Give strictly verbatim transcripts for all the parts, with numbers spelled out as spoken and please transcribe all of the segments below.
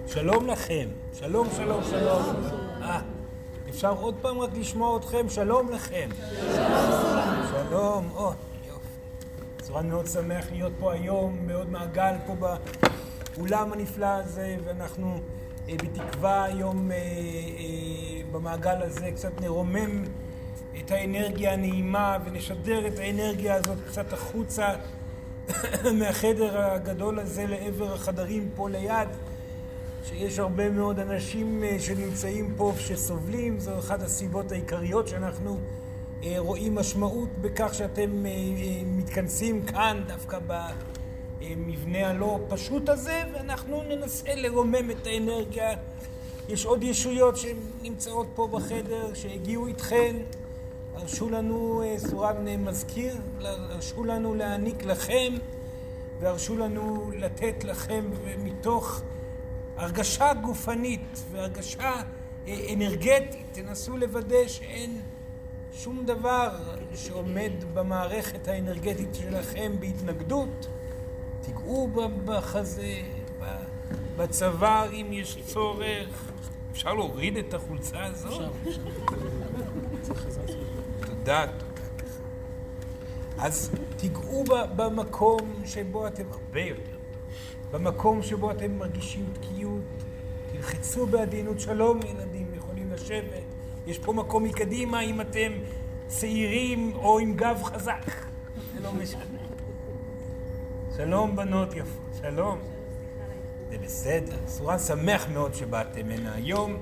שלום לכם. שלום, שלום, שלום. אה, אפשר עוד פעם רק לשמוע אתכם? שלום לכם. שלום. או, יופי. סורן מאוד שמח להיות פה היום, מאוד מעגל פה באולם הנפלא הזה, ואנחנו אה, בתקווה היום אה, אה, במעגל הזה קצת נרומם את האנרגיה הנעימה ונשדר את האנרגיה הזאת קצת החוצה מהחדר הגדול הזה לעבר החדרים פה ליד, שיש הרבה מאוד אנשים שנמצאים פה שסובלים. זו אחת הסיבות העיקריות שאנחנו רואים משמעות בכך שאתם מתכנסים כאן דווקא במבנה הלא פשוט הזה, ואנחנו ננסה לרומם את האנרגיה. יש עוד ישויות שנמצאות פה בחדר שהגיעו איתכן. הרשו לנו, סורן מזכיר, הרשו לנו להעניק לכם והרשו לנו לתת לכם, ומתוך הרגשה גופנית והרגשה אנרגטית תנסו לוודא שאין שום דבר שעומד במערכת האנרגטית שלכם בהתנגדות. תיגעו בחזה, בצוואר אם יש צורך. אפשר להוריד את החולצה הזאת? אפשר, אפשר. תודה, תודה. אז תיגעו במקום שבו אתם הרבה יותר. במקום שבו אתם מרגישים תקיעות, תלחצו בעדינות. שלום ילדים, יכולים לשבת. יש פה מקום מקדימה אם אתם צעירים או עם גב חזק. זה לא משנה. שלום בנות יפות, שלום. זה בסדר. סורן שמח מאוד שבאתם הנה היום.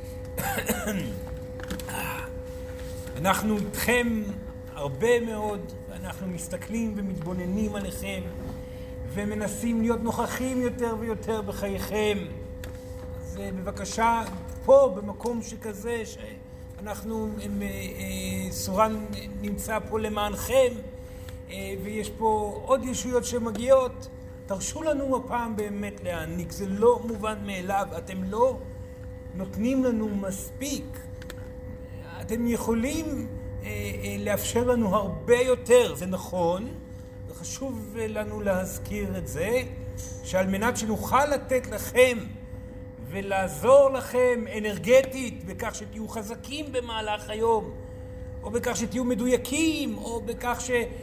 אנחנו איתכם הרבה מאוד, ואנחנו מסתכלים ומתבוננים עליכם, ומנסים להיות נוכחים יותר ויותר בחייכם. אז בבקשה, פה במקום שכזה, שאנחנו, סורן נמצא פה למענכם, ויש פה עוד ישויות שמגיעות, תרשו לנו הפעם באמת להעניק. זה לא מובן מאליו, אתם לא נותנים לנו מספיק. אתם יכולים אה, אה, לאפשר לנו הרבה יותר, זה נכון, וחשוב לנו להזכיר את זה, שעל מנת שנוכל לתת לכם ולעזור לכם אנרגטית בכך שתהיו חזקים במהלך היום, או בכך שתהיו מדויקים, או בכך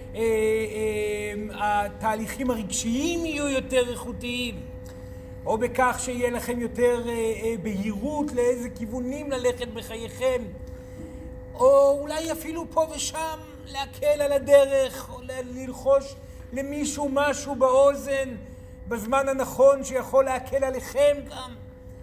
שהתהליכים הרגשיים יהיו יותר איכותיים, או בכך שיהיה לכם יותר בהירות לאיזה כיוונים ללכת בחייכם, או אולי אפילו פה ושם להקל על הדרך, או ללחוש למישהו משהו באוזן בזמן הנכון שיכול להקל עליכם גם.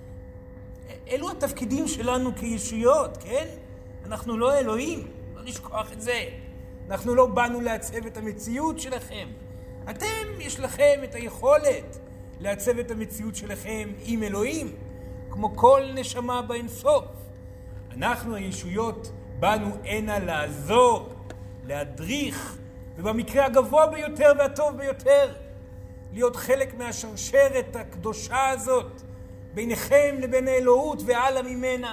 אלו התפקידים שלנו כישויות, כן? אנחנו לא אלוהים, לא לשכוח את זה. אנחנו לא באנו לעצב את המציאות שלכם. אתם, יש לכם את היכולת לעצב את המציאות שלכם עם אלוהים, כמו כל נשמה באינסוף. אנחנו הישויות באנו הנה לעזור, להדריך, ובמקרה הגבוה ביותר והטוב ביותר, להיות חלק מהשרשרת הקדושה הזאת, ביניכם לבין האלוהות ועלה ממנה,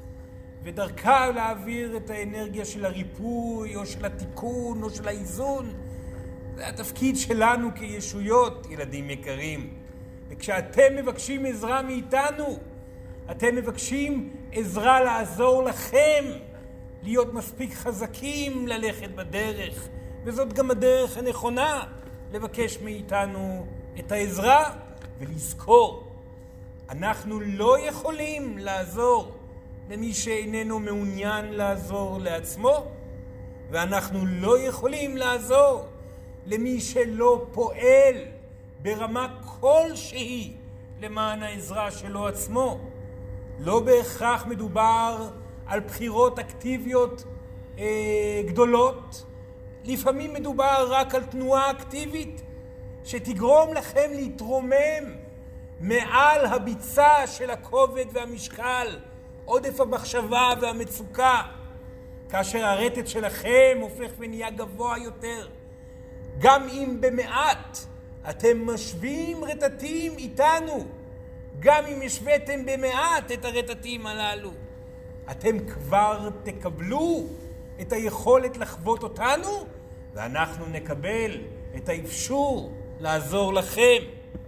ודרכה להעביר את האנרגיה של הריפוי, או של התיקון, או של האיזון. זה התפקיד שלנו כישויות, ילדים יקרים. וכשאתם מבקשים עזרה מאיתנו, אתם מבקשים עזרה לעזור לכם, להיות מספיק חזקים ללכת בדרך. וזאת גם הדרך הנכונה, לבקש מאיתנו את העזרה ולזכור. אנחנו לא יכולים לעזור למי שאיננו מעוניין לעזור לעצמו, ואנחנו לא יכולים לעזור למי שלא פועל ברמה כלשהי למען העזרה שלו עצמו. לא בהכרח מדובר על בחירות אקטיביות אה, גדולות. לפעמים מדובר רק על תנועה אקטיבית שתגרום לכם להתרומם מעל הביצה של הכובד והמשקל, עודף המחשבה והמצוקה, כאשר הרטט שלכם הופך ונהיה גבוה יותר. גם אם במעט אתם משווים רטטים איתנו, גם אם השוויתם במעט את הרטטים הללו, אתם כבר תקבלו את היכולת לחוות אותנו, ואנחנו נקבל את האפשור לעזור לכם.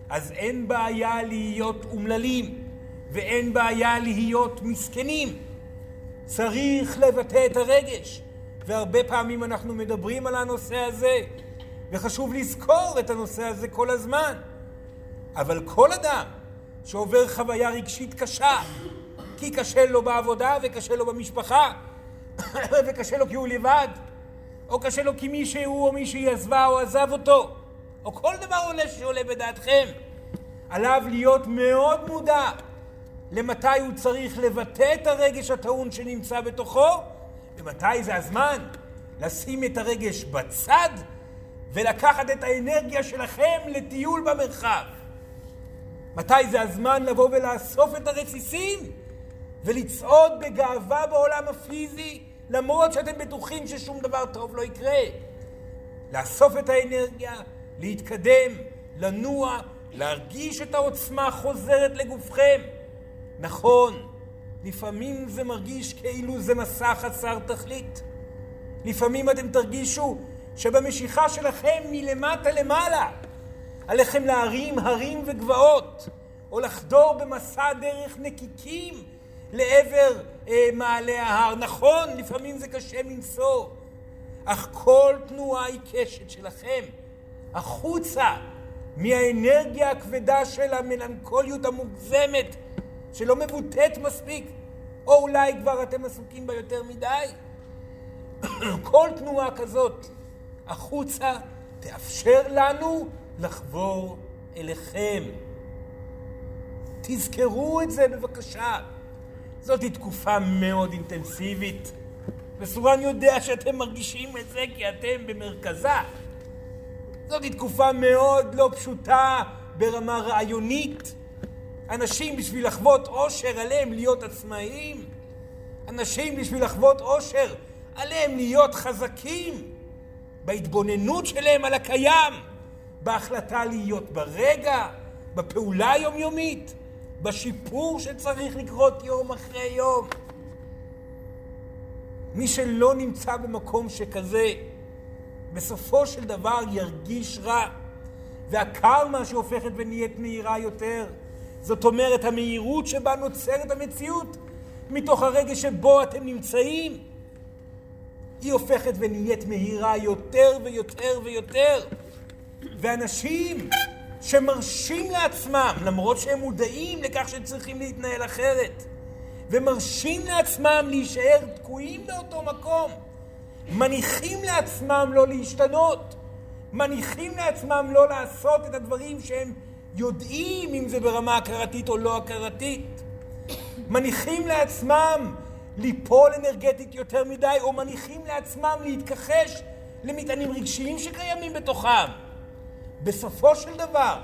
אז אין בעיה להיות אומללים, ואין בעיה להיות מסכנים. צריך לבטא את הרגש, והרבה פעמים אנחנו מדברים על הנושא הזה, וחשוב לזכור את הנושא הזה כל הזמן. אבל כל אדם שעובר חוויה רגשית קשה, כי קשה לו בעבודה וקשה לו במשפחה, וקשה לו כי הוא לבד, או קשה לו כי מישהו או מישהי עזבה או עזב אותו, או כל דבר עולה שעולה בדעתכם, עליו להיות מאוד מודע למתי הוא צריך לבטא את הרגש הטעון שנמצא בתוכו, ומתי זה הזמן לשים את הרגש בצד ולקחת את האנרגיה שלכם לטיול במרחב. מתי זה הזמן לבוא ולאסוף את הרסיסים ולצעוד בגאווה בעולם הפיזי, למרות שאתם בטוחים ששום דבר טוב לא יקרה. לאסוף את האנרגיה, להתקדם, לנוע, להרגיש את העוצמה חוזרת לגופכם. נכון, לפעמים זה מרגיש כאילו זה מסע חסר תכלית. לפעמים אתם תרגישו שבמשיכה שלכם מלמטה למעלה, עליכם להרים הרים וגבעות, או לחדור במסע דרך נקיקים לעבר אה, מעלה ההר. נכון, לפעמים זה קשה מנשוא, אך כל תנועה עיקשת שלכם החוצה מהאנרגיה הכבדה של המלנכוליות המוגזמת, שלא מבוטאת מספיק, או אולי כבר אתם עסוקים בה יותר מדי, כל תנועה כזאת החוצה תאפשר לנו לחבור אליכם. תזכרו את זה בבקשה. זאת היא תקופה מאוד אינטנסיבית, וסורן יודע שאתם מרגישים את זה כי אתם במרכזה. זאת היא תקופה מאוד לא פשוטה ברמה רעיונית. אנשים בשביל לחוות אושר עליהם להיות עצמאיים. אנשים בשביל לחוות אושר עליהם להיות חזקים בהתבוננות שלהם על הקיים, בהחלטה להיות ברגע, בפעולה היומיומית, בשיפור שצריך לקרות יום אחרי יום. מי שלא נמצא במקום שכזה, בסופו של דבר ירגיש רע, והקרמה שהופכת ונהיית מהירה יותר, זאת אומרת המהירות שבה נוצרת המציאות מתוך הרגע שבו אתם נמצאים, היא הופכת ונהיית מהירה יותר ויותר ויותר. ואנשים שמרשים לעצמם, למרות שהם מודעים לכך שהם צריכים להתנהל אחרת, ומרשים לעצמם להישאר תקועים באותו מקום, מניחים לעצמם לא להשתנות, מניחים לעצמם לא לעשות את הדברים שהם יודעים, אם זה ברמה הכרתית או לא הכרתית, מניחים לעצמם ליפול אנרגטית יותר מדי, או מניחים לעצמם להתכחש למטענים רגשיים שקיימים בתוכם. בסופו של דבר,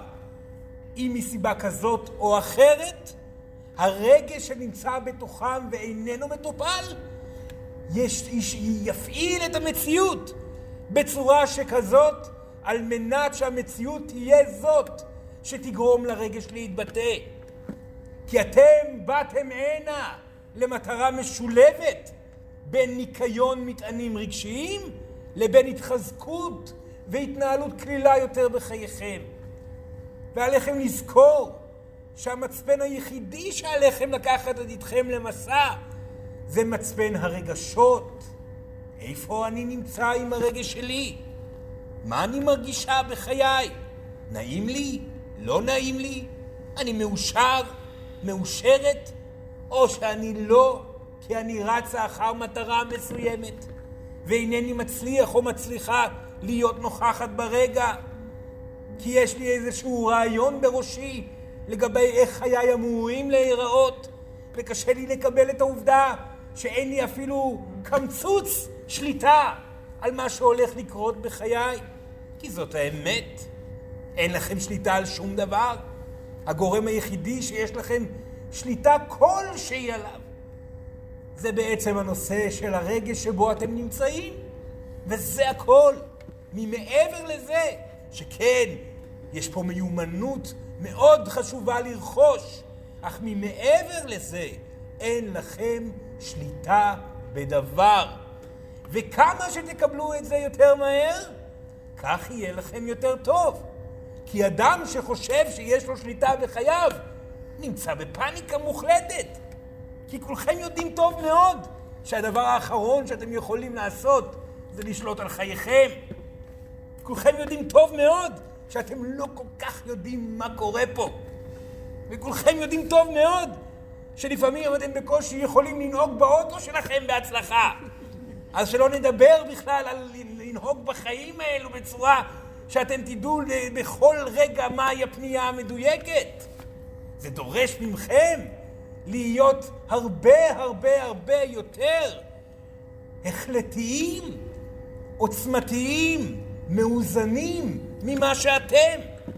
אם מסיבה כזאת או אחרת, הרגש שנמצא בתוכם ואיננו מטופל, יש, יש, יפעיל את המציאות בצורה שכזאת, על מנת שהמציאות תהיה זאת שתגרום לרגש להתבטא. כי אתם באתם הנה למטרה משולבת בין ניקיון מטענים רגשיים לבין התחזקות והתנהלות כלילה יותר בחייכם. ועליכם לזכור שהמצפן היחידי שעליכם לקחת את איתכם למסע זה מצפן הרגשות. איפה אני נמצא עם הרגש שלי? מה אני מרגישה בחיי? נעים לי? לא נעים לי? אני מאושר? מאושרת? או שאני לא, כי אני רצה אחר מטרה מסוימת ואינני מצליח או מצליחה להיות נוכחת ברגע, כי יש לי איזשהו רעיון בראשי לגבי איך חיי אמורים להיראות, וקשה לי לקבל את העובדה שאין לי אפילו קמצוץ שליטה על מה שהולך לקרות בחיי. כי זאת האמת, אין לכם שליטה על שום דבר. הגורם היחידי שיש לכם שליטה כלשהי עליו זה בעצם הנושא של הרגש שבו אתם נמצאים, וזה הכל. ממעבר לזה שכן, יש פה מיומנות מאוד חשובה לרכוש, אך ממעבר לזה אין לכם שליטה בדבר. וכמה שתקבלו את זה יותר מהר, כך יהיה לכם יותר טוב. כי אדם שחושב שיש לו שליטה בחייו, נמצא בפאניקה מוחלטת. כי כולכם יודעים טוב מאוד שהדבר האחרון שאתם יכולים לעשות זה לשלוט על חייכם. כולכם יודעים טוב מאוד שאתם לא כל כך יודעים מה קורה פה. וכולכם יודעים טוב מאוד שלפעמים אתם בקושי יכולים לנהוג באוטו שלכם בהצלחה. אז שלא נדבר בכלל על לנהוג בחיים האלו בצורה שאתם תדעו בכל רגע מהי הפנייה המדויקת. זה דורש ממכם להיות הרבה הרבה הרבה יותר החלטיים, עוצמתיים, מאוזנים ממה שאתם.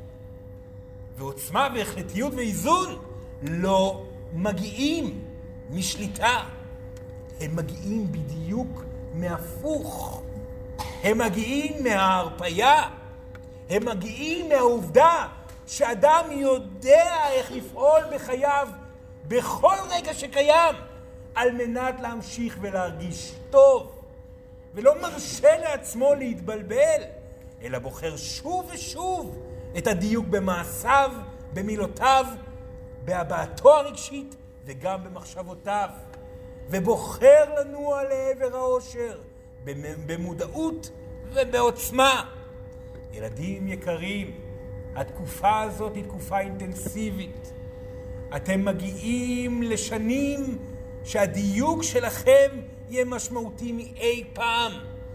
ועוצמה והחלטיות ואיזון לא מגיעים משליטה. הם מגיעים בדיוק מהפוך. הם מגיעים מההרפיה. הם מגיעים מהעובדה שאדם יודע איך לפעול בחייו בכל רגע שקיים על מנת להמשיך ולהרגיש טוב. ולא מרשה לעצמו להתבלבל, אלא בוחר שוב ושוב את הדיוק במעשיו, במילותיו, בהבעתו הרגשית וגם במחשבותיו. ובוחר לנוע לעבר האושר במודעות ובעוצמה. ילדים יקרים, התקופה הזאת היא תקופה אינטנסיבית. אתם מגיעים לשנים שהדיוק שלכם יהיה משמעותי מאי פעם.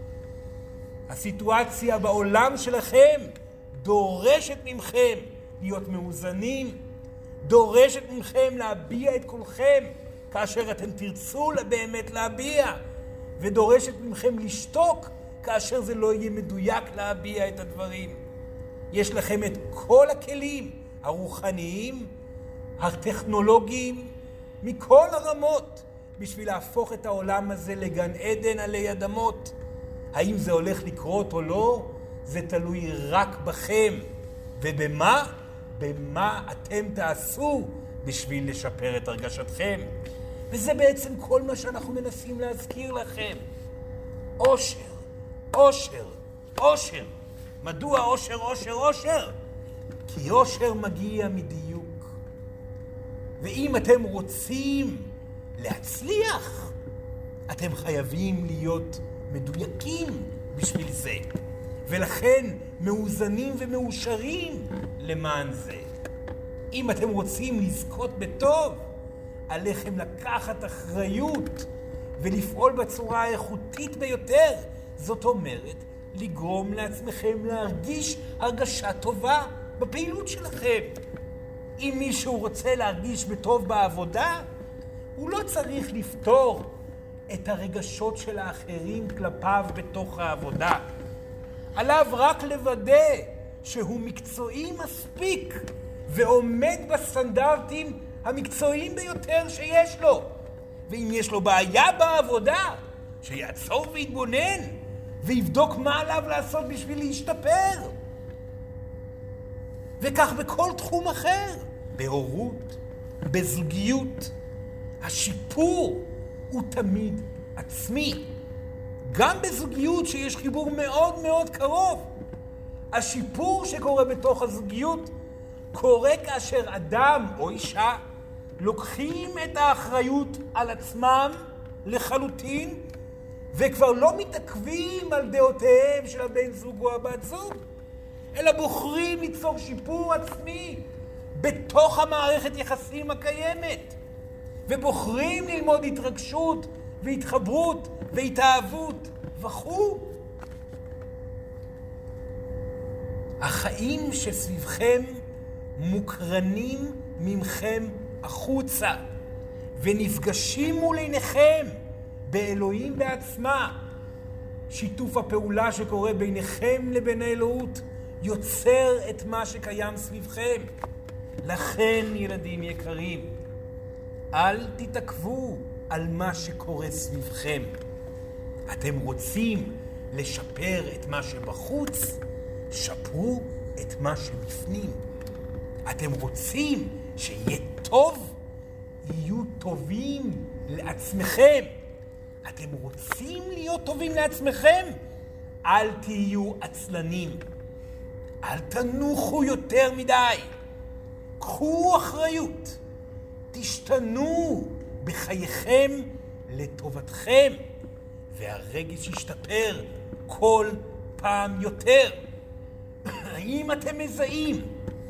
הסיטואציה בעולם שלכם דורשת ממכם להיות מאוזנים, דורשת מכם להביע את כולכם כאשר אתם תרצו באמת להביע, ודורשת מכם לשתוק כאשר זה לא יהיה מדויק להביע את הדברים. יש לכם את כל הכלים הרוחניים, הטכנולוגיים, מכל הרמות, בשביל להפוך את העולם הזה לגן עדן עלי אדמות. האם זה הולך לקרות או לא? זה תלוי רק בכם. ובמה? במה אתם תעשו בשביל לשפר את הרגשתכם. וזה בעצם כל מה שאנחנו מנסים להזכיר לכם. אושר, אושר, אושר. מדוע אושר, אושר, אושר? כי אושר מגיע מדיוק. ואם אתם רוצים להצליח, אתם חייבים להיות מדויקים בשביל זה. ולכן מאוזנים ומאושרים למען זה. אם אתם רוצים לזכות בטוב, עליכם לקחת אחריות ולפעול בצורה האיכותית ביותר. זאת אומרת, לגרום לעצמכם להרגיש הרגשה טובה בפעילות שלכם. אם מישהו רוצה להרגיש בטוב בעבודה, הוא לא צריך לפתור את הרגשות של האחרים כלפיו בתוך העבודה. עליו רק לוודא שהוא מקצועי מספיק ועומד בסטנדרטים המקצועיים ביותר שיש לו. ואם יש לו בעיה בעבודה, שיעצור ויתבונן ויבדוק מה עליו לעשות בשביל להשתפר. וכך בכל תחום אחר, בהורות, בזוגיות. השיפור הוא תמיד עצמי. גם בזוגיות שיש חיבור מאוד מאוד קרוב. השיפור שקורה בתוך הזוגיות קורה כאשר אדם או אישה לוקחים את האחריות על עצמם לחלוטין, וכבר לא מתעכבים על דעותיהם של הבן זוג או הבת זוג, אלא בוחרים ליצור שיפור עצמי בתוך המערכת יחסים הקיימת, ובוחרים ללמוד התרגשות והתחברות והתאהבות וכו'. החיים שסביבכם מוקרנים ממכם החוצה ונפגשים מול עיניכם באלוהים בעצמה. שיתוף הפעולה שקורה ביניכם לבין האלוהות יוצר את מה שקיים סביבכם. לכן, ילדים יקרים, אל תתעכבו על מה שקורה סביבכם. אתם רוצים לשפר את מה שבחוץ, שפרו את מה שבפנים. אתם רוצים שיהיה טוב, יהיו טובים לעצמכם. אתם רוצים להיות טובים לעצמכם? אל תהיו עצלנים. אל תנוחו יותר מדי. קחו אחריות. תשתנו בחייכם לטובתכם, והרגש ישתפר כל פעם יותר. האם אתם מזהים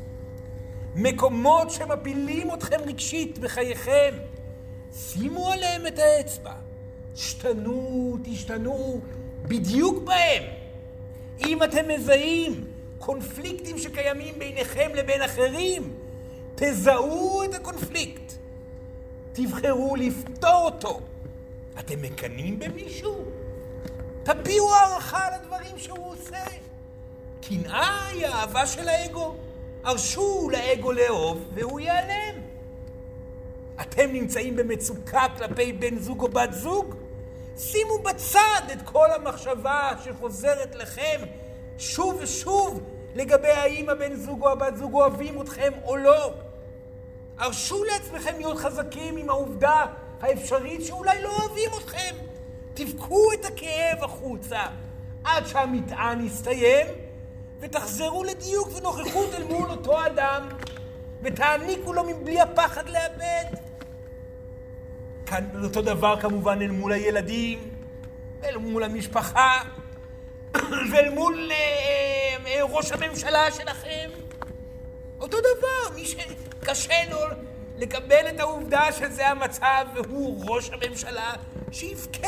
מקומות שמפילים אתכם רגשית בחייכם? שימו עליהם את האצבע. שתנו, תשתנו בדיוק בהם. אם אתם מזהים קונפליקטים שקיימים ביניכם לבין אחרים, תזהו את הקונפליקט. תבחרו לפתור אותו. אתם מקנאים במישהו? תביעו הערכה על הדברים שהוא עושה. קנאה היא האהבה של האגו. הרשו לאגו לאהוב והוא ייעלם. אתם נמצאים במצוקה כלפי בן זוג או בת זוג? שימו בצד את כל המחשבה שחוזרת לכם שוב ושוב לגבי האם הבן זוג או הבת זוג אוהבים אתכם או לא. הרשו לעצמכם להיות חזקים עם העובדה האפשרית שאולי לא אוהבים אתכם. תבכו את הכאב החוצה עד שהמטען יסתיים, ותחזרו לדיוק ונוכחות אל מול אותו אדם, ותעניקו לו מבלי הפחד לאבד. כאן אותו דבר כמובן אל מול הילדים, ואל מול המשפחה, ואל מול אה, אה, ראש הממשלה שלכם. אותו דבר, מי שקשה לו לקבל את העובדה שזה המצב והוא ראש הממשלה, שיבכה,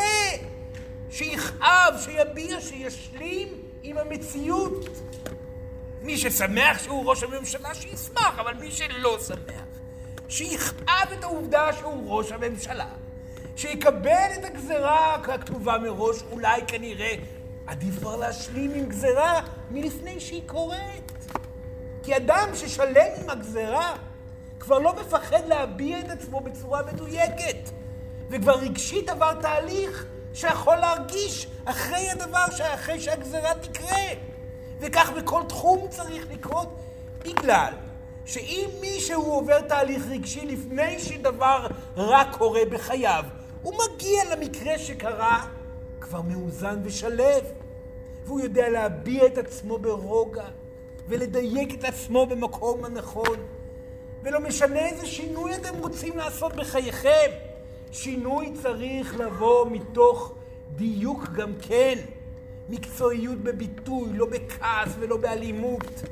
שיכאב, שיביע, שישלים עם המציאות. מי ששמח שהוא ראש הממשלה, שישמח, אבל מי שלא שמח, שיכאב את העובדה שהוא ראש הממשלה, שיקבל את הגזרה הכתובה מראש, אולי כנראה עדיף כבר להשלים עם גזרה מלפני שהיא קורית. כי אדם ששלם עם הגזרה כבר לא מפחד להביע את עצמו בצורה מדויקת, וכבר רגשית עבר תהליך שיכול להרגיש אחרי הדבר, אחרי שהגזרה תקרה. וכך בכל תחום צריך לקרות, בגלל שאם מישהו עובר תהליך רגשי לפני שדבר רע קורה בחייו, הוא מגיע למקרה שקרה כבר מאוזן ושלב, והוא יודע להביע את עצמו ברוגע ולדייק את עצמו במקום הנכון. ולא משנה איזה שינוי אתם רוצים לעשות בחייכם, שינוי צריך לבוא מתוך דיוק גם כן, מקצועיות בביטוי, לא בכעס ולא באלימות.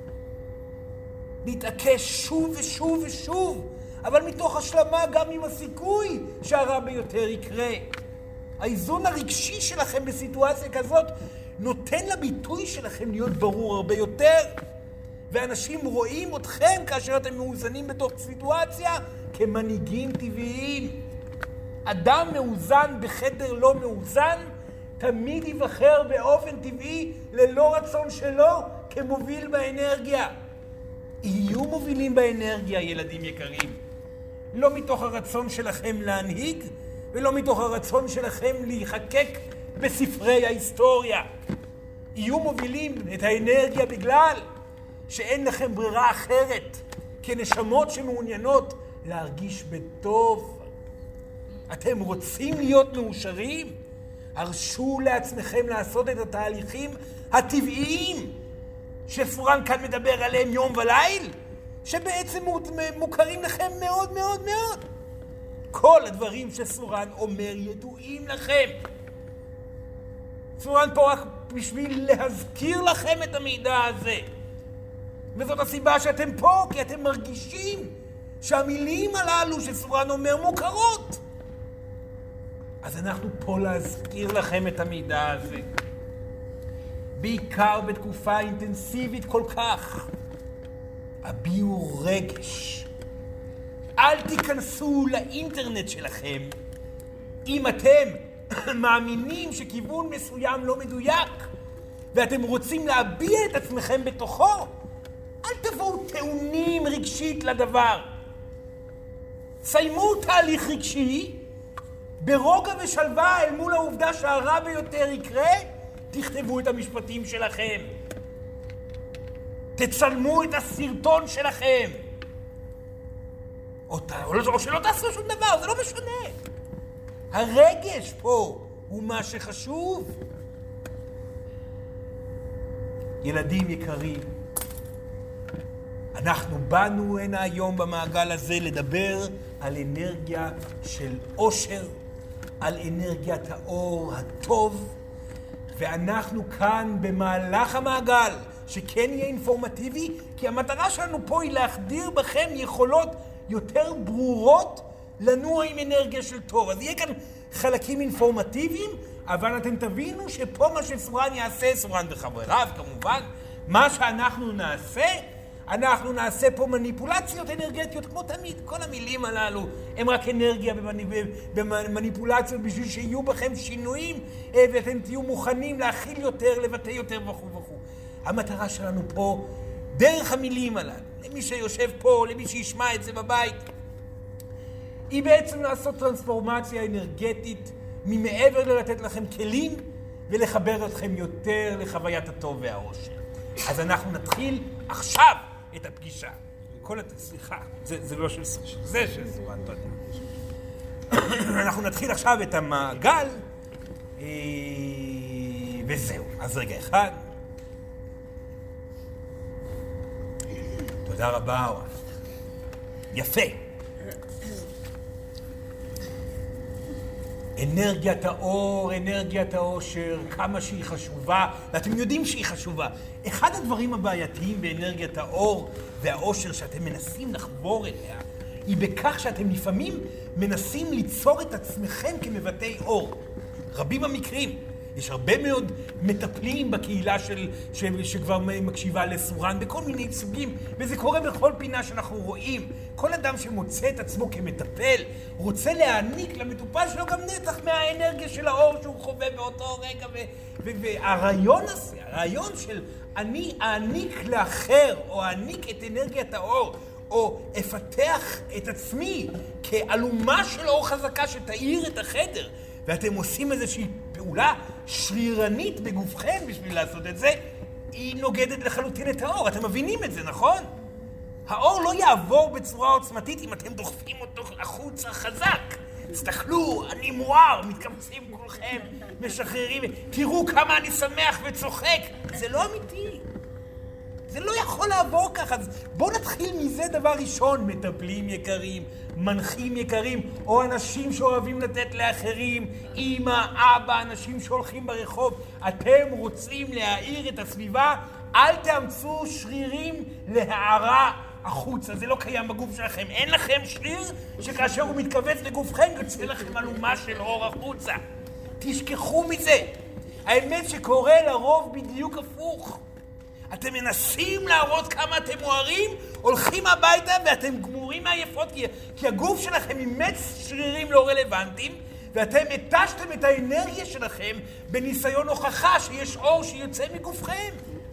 להתעקש שוב ושוב ושוב, אבל מתוך השלמה גם עם הסיכוי שהרע ביותר יקרה. האיזון הרגשי שלכם בסיטואציה כזאת נותן לביטוי שלכם להיות ברור הרבה יותר. ואנשים רואים אתכם כאשר אתם מאוזנים בתוך סיטואציה כמנהיגים טבעיים. אדם מאוזן בחדר לא מאוזן תמיד ייבחר באופן טבעי ללא רצון שלו כמוביל באנרגיה. יהיו מובילים באנרגיה, ילדים יקרים. לא מתוך הרצון שלכם להנהיג ולא מתוך הרצון שלכם להיחקק בספרי ההיסטוריה. יהיו מובילים את האנרגיה בגלל שאין לכם ברירה אחרת, כנשמות שמעוניינות להרגיש בטוב. אתם רוצים להיות מאושרים? הרשו לעצמכם לעשות את התהליכים הטבעיים שסורן כאן מדבר עליהם יום וליל, שבעצם מוכרים לכם מאוד מאוד מאוד. כל הדברים שסורן אומר ידועים לכם. סורן פה רק בשביל להזכיר לכם את המידע הזה. וזאת הסיבה שאתם פה, כי אתם מרגישים שהמילים הללו שסורן אומר מוכרות. אז אנחנו פה להזכיר לכם את המידע הזה. בעיקר בתקופה אינטנסיבית כל כך. הביעו רגש. אל תיכנסו לאינטרנט שלכם אם אתם מאמינים שכיוון מסוים לא מדויק ואתם רוצים להביע את עצמכם בתוכו. אל תבואו טעונים רגשית לדבר. סיימו תהליך רגשי ברוגע ושלווה אל מול העובדה שהרע ביותר יקרה. תכתבו את המשפטים שלכם, תצלמו את הסרטון שלכם, או, או שלא תעשו שום דבר, זה לא משנה. הרגש פה הוא מה שחשוב. ילדים יקרים, אנחנו באנו הנה היום במעגל הזה לדבר על אנרגיה של אושר, על אנרגיית האור הטוב, ואנחנו כאן במהלך המעגל, שכן יהיה אינפורמטיבי, כי המטרה שלנו פה היא להחדיר בכם יכולות יותר ברורות לנוע עם אנרגיה של טוב. אז יהיה כאן חלקים אינפורמטיביים, אבל אתם תבינו שפה מה שסורן יעשה, סורן וחבריו כמובן, מה שאנחנו נעשה, אנחנו נעשה פה מניפולציות אנרגטיות, כמו תמיד. כל המילים הללו הם רק אנרגיה במניפולציות בשביל שיהיו בכם שינויים, ואתם תהיו מוכנים להכיל יותר, לבטא יותר וכו' וכו'. המטרה שלנו פה, דרך המילים הללו, למי שיושב פה, למי שישמע את זה בבית, היא בעצם לעשות טרנספורמציה אנרגטית ממעבר ללתת לכם כלים ולחבר אתכם יותר לחוויית הטוב והאושר. אז אנחנו נתחיל עכשיו את הפגישה. כל הת... סליחה, זה, זה לא של סורן, זה של סורן, תודה. אנחנו נתחיל עכשיו את המעגל, וזהו. אז רגע אחד. תודה רבה, אוהב. יפה. אנרגיית האור, אנרגיית האושר, כמה שהיא חשובה, ואתם יודעים שהיא חשובה. אחד הדברים הבעייתיים באנרגיית האור והאושר שאתם מנסים לחבור אליה, היא בכך שאתם לפעמים מנסים ליצור את עצמכם כמבטאי אור. רבים המקרים. יש הרבה מאוד מטפלים בקהילה של, ש, שכבר מקשיבה לסורן בכל מיני סוגים, וזה קורה בכל פינה שאנחנו רואים. כל אדם שמוצא את עצמו כמטפל רוצה להעניק למטופל שלו גם נתח מהאנרגיה של האור שהוא חווה באותו רגע, ו, ו, והרעיון הזה, הרעיון של אני אעניק לאחר או אעניק את אנרגיית האור, או אפתח את עצמי כאלומה של אור חזקה שתאיר את החדר, ואתם עושים איזושהי פעולה שרירנית בגופכם בשביל לעשות את זה, היא נוגדת לחלוטין את האור. אתם מבינים את זה, נכון? האור לא יעבור בצורה עוצמתית אם אתם דוחפים אותו החוצה חזק. תסתכלו, אני מואר, מתקמצים כולכם, משחררים, תראו כמה אני שמח וצוחק. זה לא אמיתי. זה לא יכול לעבור ככה. אז בואו נתחיל מזה דבר ראשון. מטפלים יקרים, מנחים יקרים, או אנשים שאוהבים לתת לאחרים, אמא, אבא, אנשים שהולכים ברחוב. אתם רוצים להאיר את הסביבה, אל תאמצו שרירים להערה החוצה. זה לא קיים בגוף שלכם. אין לכם שריר שכאשר הוא מתכווץ לגופכם יוצא לכם אלומה של אור החוצה. תשכחו מזה. האמת שקורה לרוב בדיוק הפוך. אתם מנסים להראות כמה אתם מוארים, הולכים הביתה ואתם גמורים מעייפות, כי, כי הגוף שלכם אימץ שרירים לא רלוונטיים, ואתם התשתם את האנרגיה שלכם בניסיון הוכחה שיש אור שיוצא מגופכם.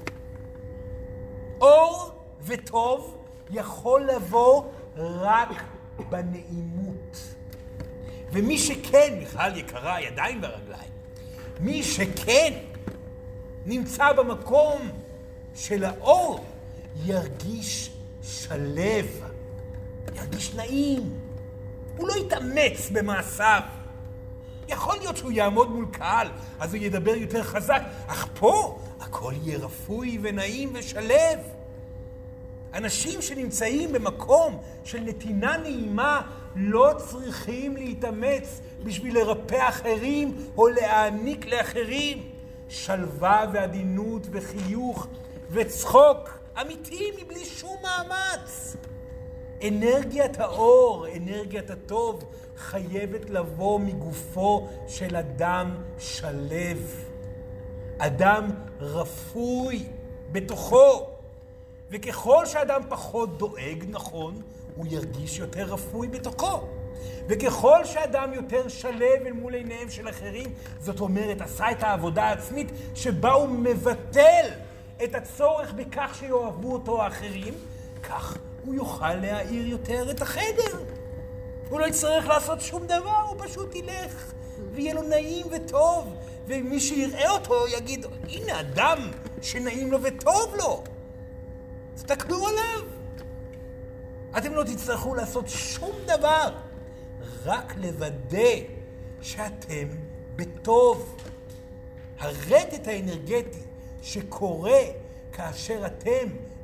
אור וטוב יכול לבוא רק בנעימות. ומי שכן, מיכל יקרה, ידיים ורגליים, מי שכן נמצא במקום של האור, ירגיש שלב, ירגיש נעים. הוא לא יתאמץ במעשיו. יכול להיות שהוא יעמוד מול קהל, אז הוא ידבר יותר חזק, אך פה הכל יהיה רפוי ונעים ושלב. אנשים שנמצאים במקום של נתינה נעימה לא צריכים להתאמץ בשביל לרפא אחרים או להעניק לאחרים. שלווה ועדינות וחיוך וצחוק אמיתי מבלי שום מאמץ. אנרגיית האור, אנרגיית הטוב, חייבת לבוא מגופו של אדם שלב. אדם רפוי בתוכו. וככל שאדם פחות דואג, נכון, הוא ירגיש יותר רפוי בתוכו. וככל שאדם יותר שלב אל מול עיניהם של אחרים, זאת אומרת, עשה את העבודה העצמית שבה הוא מבטל את הצורך בכך שיאהבו אותו האחרים, כך הוא יוכל להאיר יותר את החדר. הוא לא יצטרך לעשות שום דבר, הוא פשוט ילך ויהיה לו נעים וטוב. ומי שיראה אותו יגיד, הנה אדם שנעים לו וטוב לו. תסתכלו עליו. אתם לא תצטרכו לעשות שום דבר, רק לוודא שאתם בטוב. הרטט האנרגטי שקורה כאשר אתם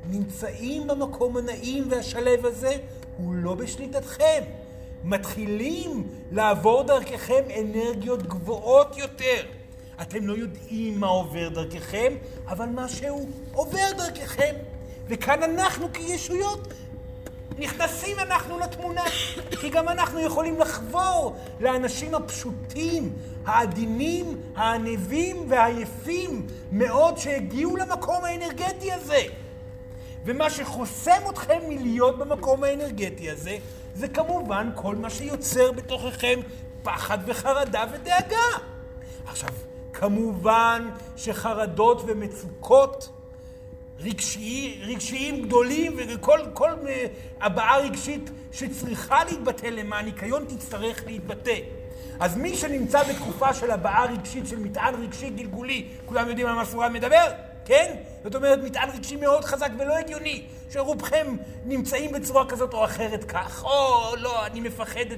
נמצאים במקום הנעים והשלב הזה, הוא לא בשליטתכם. מתחילים לעבור דרככם אנרגיות גבוהות יותר. אתם לא יודעים מה עובר דרככם, אבל משהו עובר דרככם. וכאן אנחנו כישויות נכנסים אנחנו לתמונה, כי גם אנחנו יכולים לחבור לאנשים הפשוטים, העדינים, הענבים והעייפים מאוד שהגיעו למקום האנרגטי הזה. ומה שחוסם אתכם מלהיות במקום האנרגטי הזה, זה כמובן כל מה שיוצר בתוככם פחד וחרדה ודאגה. עכשיו, כמובן שחרדות ומצוקות רגשי, רגשיים גדולים וכל כל הבעה רגשית שצריכה להתבטא למען ניקיון תצטרך להתבטא. אז מי שנמצא בתקופה של הבעה רגשית, של מטען רגשי גלגולי, כולם יודעים על מה סורן מדבר? כן? זאת אומרת, מטען רגשי מאוד חזק ולא הגיוני, שרובכם נמצאים בצורה כזאת או אחרת כך, או לא, אני מפחדת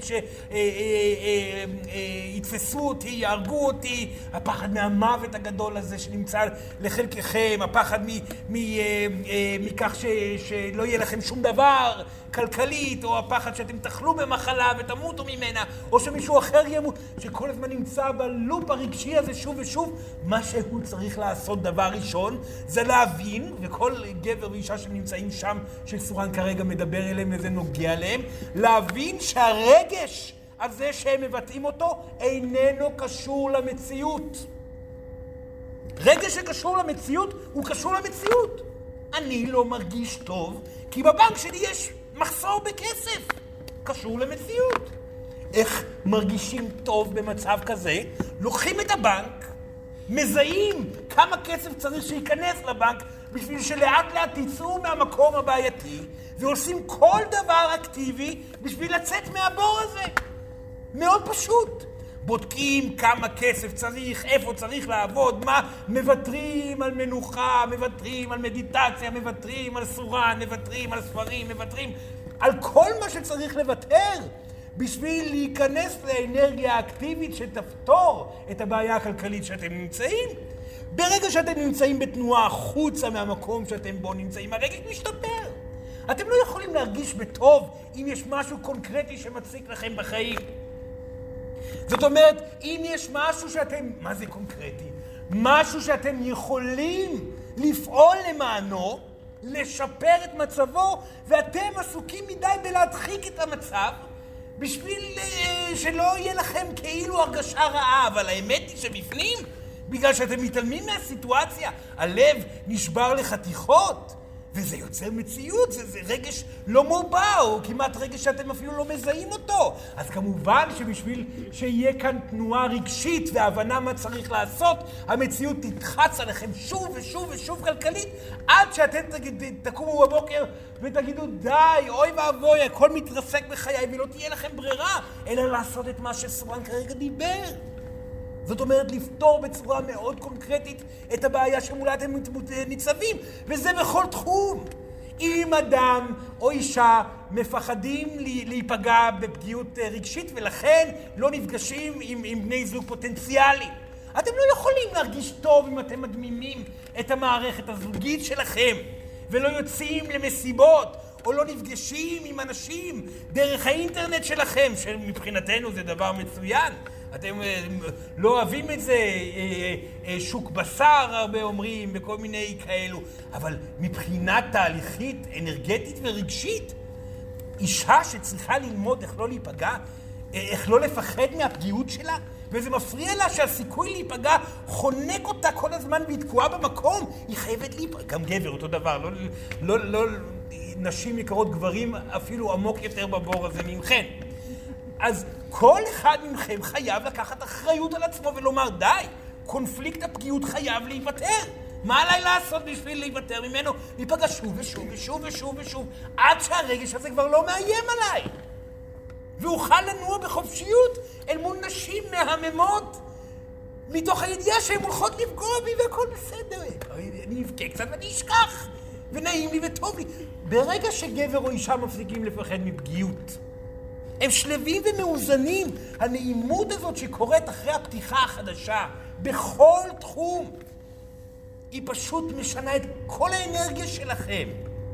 שיתפסו אותי, יהרגו אותי, הפחד מהמוות הגדול הזה שנמצא לחלקכם, הפחד מכך שלא יהיה לכם שום דבר כלכלית, או הפחד שאתם תחלו במחלה ותמותו ממנה, או שמישהו אחר ימות, שכל הזמן נמצא בלופ הרגשי הזה שוב ושוב. מה שהוא צריך לעשות דבר ראשון, זה להבין, וכל גבר ואישה שנמצאים שם, שסורן כרגע מדבר אליהם וזה נוגע להם, להבין שהרגש הזה שהם מבטאים אותו איננו קשור למציאות. רגש שקשור למציאות הוא קשור למציאות. אני לא מרגיש טוב כי בבנק שלי יש מחסור בכסף. קשור למציאות. איך מרגישים טוב במצב כזה? לוקחים את הבנק, מזהים כמה כסף צריך שייכנס לבנק בשביל שלאט לאט תצאו מהמקום הבעייתי, ועושים כל דבר אקטיבי בשביל לצאת מהבור הזה. מאוד פשוט. בודקים כמה כסף צריך, איפה צריך לעבוד, מה, מוותרים על מנוחה, מוותרים על מדיטציה, מוותרים על סורן, מוותרים על ספרים, מוותרים על כל מה שצריך לוותר בשביל להיכנס לאנרגיה האקטיבית שתפתור את הבעיה הכלכלית שאתם נמצאים. ברגע שאתם נמצאים בתנועה החוצה מהמקום שאתם בו נמצאים, הרגש משתפר. אתם לא יכולים להרגיש בטוב אם יש משהו קונקרטי שמציק לכם בחיים. זאת אומרת, אם יש משהו שאתם, מה זה קונקרטי? משהו שאתם יכולים לפעול למענו, לשפר את מצבו, ואתם עסוקים מדי בלהדחיק את המצב, בשביל שלא יהיה לכם כאילו הרגשה רעה, אבל האמת היא שבפנים, בגלל שאתם מתעלמים מהסיטואציה, הלב נשבר לחתיכות, וזה יוצר מציאות, זה, זה רגש לא מובע, או כמעט רגש שאתם אפילו לא מזהים אותו. אז כמובן שבשביל שיהיה כאן תנועה רגשית והבנה מה צריך לעשות, המציאות תתחץ עליכם שוב ושוב ושוב כלכלית, עד שאתם תקומו בבוקר ותגידו, די, אוי ואבוי, הכל מתרסק בחיי, ולא תהיה לכם ברירה, אלא לעשות את מה שסורן כרגע דיבר. זאת אומרת, לפתור בצורה מאוד קונקרטית את הבעיה שמולה אתם ניצבים, וזה בכל תחום. אם אדם או אישה מפחדים להיפגע בפגיעות רגשית, ולכן לא נפגשים עם, עם בני זוג פוטנציאלי, אתם לא יכולים להרגיש טוב אם אתם מדמימים את המערכת הזוגית שלכם, ולא יוצאים למסיבות, או לא נפגשים עם אנשים דרך האינטרנט שלכם, שמבחינתנו זה דבר מצוין. אתם לא אוהבים את זה, שוק בשר הרבה אומרים, וכל מיני כאלו. אבל מבחינה תהליכית, אנרגטית ורגשית, אישה שצריכה ללמוד איך לא להיפגע, איך לא לפחד מהפגיעות שלה, וזה מפריע לה שהסיכוי להיפגע חונק אותה כל הזמן והיא תקועה במקום, היא חייבת להיפגע. גם גבר אותו דבר, לא, לא, לא, נשים יקרות גברים אפילו עמוק יותר בבור הזה ממכן. אז כל אחד מכם חייב לקחת אחריות על עצמו ולומר, די, קונפליקט הפגיעות חייב להיוותר. מה עליי לעשות בשביל להיוותר ממנו? להיפגע שוב ושוב ושוב ושוב ושוב, עד שהרגש הזה כבר לא מאיים עליי. ואוכל לנוע בחופשיות אל מול נשים מהממות, מתוך הידיעה שהן הולכות לפגוע בי והכל בסדר. אני אבכה קצת ואני אשכח, ונעים לי וטוב לי. ברגע שגבר או אישה מפסיקים לפחד מפגיעות, הם שלבים ומאוזנים. הנעימות הזאת שקורית אחרי הפתיחה החדשה, בכל תחום, היא פשוט משנה את כל האנרגיה שלכם.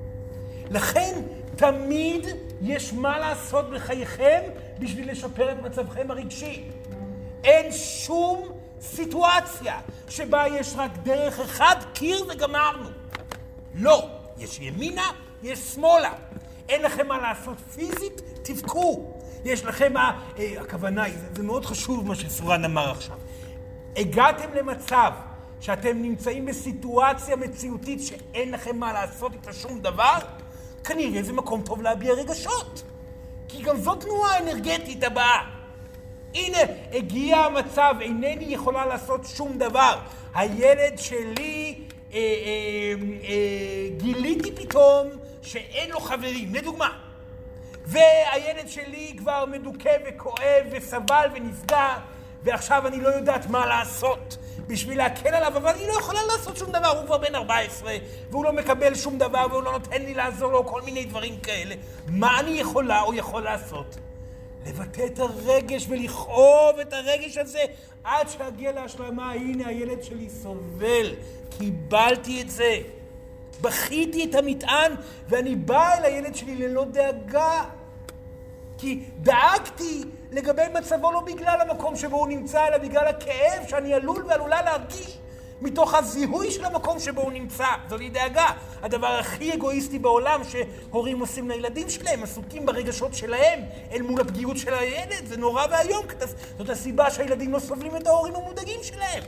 לכן תמיד יש מה לעשות בחייכם בשביל לשפר את מצבכם הרגשי. אין שום סיטואציה שבה יש רק דרך אחד, קיר וגמרנו. לא, יש ימינה, יש שמאלה. אין לכם מה לעשות פיזית, תבכו. יש לכם מה, אה, הכוונה, זה, זה מאוד חשוב מה שסורן אמר עכשיו. הגעתם למצב שאתם נמצאים בסיטואציה מציאותית שאין לכם מה לעשות איתה שום דבר, כנראה זה מקום טוב להביע רגשות. כי גם זאת תנועה אנרגטית הבאה. הנה, הגיע המצב, אינני יכולה לעשות שום דבר. הילד שלי, אה, אה, אה, גיליתי פתאום שאין לו חברים, לדוגמה. והילד שלי כבר מדוכא וכואב וסבל ונפגע, ועכשיו אני לא יודעת מה לעשות בשביל להקל עליו, אבל אני לא יכולה לעשות שום דבר, הוא כבר בן ארבע עשרה, והוא לא מקבל שום דבר, והוא לא נותן לי לעזור לו, כל מיני דברים כאלה. מה אני יכולה או יכול לעשות? לבטא את הרגש ולכאוב את הרגש הזה עד שאגיע להשלמה. הנה הילד שלי סובל, קיבלתי את זה, בכיתי את המטען, ואני באה אל הילד שלי ללא דאגה, כי דאגתי לגבי מצבו לא בגלל המקום שבו הוא נמצא, אלא בגלל הכאב שאני עלול ועלולה להרגיש מתוך הזיהוי של המקום שבו הוא נמצא. זו לי דאגה. הדבר הכי אגואיסטי בעולם שהורים עושים לילדים שלהם, עסוקים ברגשות שלהם אל מול הפגיעות של הילד. זה נורא והיום. זאת הסיבה שהילדים לא סובלים את ההורים המודאגים שלהם.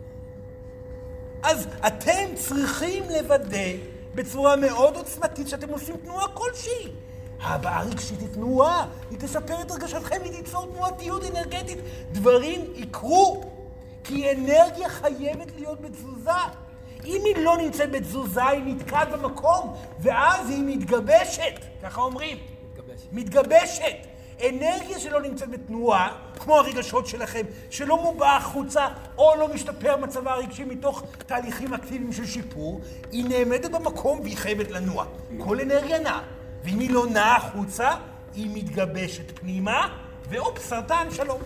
אז אתם צריכים לוודא בצורה מאוד עוצמתית שאתם עושים תנועה כלשהי. הבאה רגשית היא תנועה, היא תספר את הרגשתכם, היא תיצור תנועתיות אנרגטית. דברים יקרו, כי אנרגיה חייבת להיות בתזוזה. אם היא לא נמצאת בתזוזה, היא נתקעת במקום, ואז היא מתגבשת, ככה אומרים. מתגבשת. מתגבשת. אנרגיה שלא נמצאת בתנועה, כמו הרגשות שלכם, שלא מובע החוצה או לא משתפר מצבה הרגשי מתוך תהליכים אקטיביים של שיפור, היא נעמדת במקום והיא חייבת לנוע. כל אנרגיה נעה. ואם היא לא נעה החוצה, היא מתגבשת פנימה, ואופ, סרטן, שלום.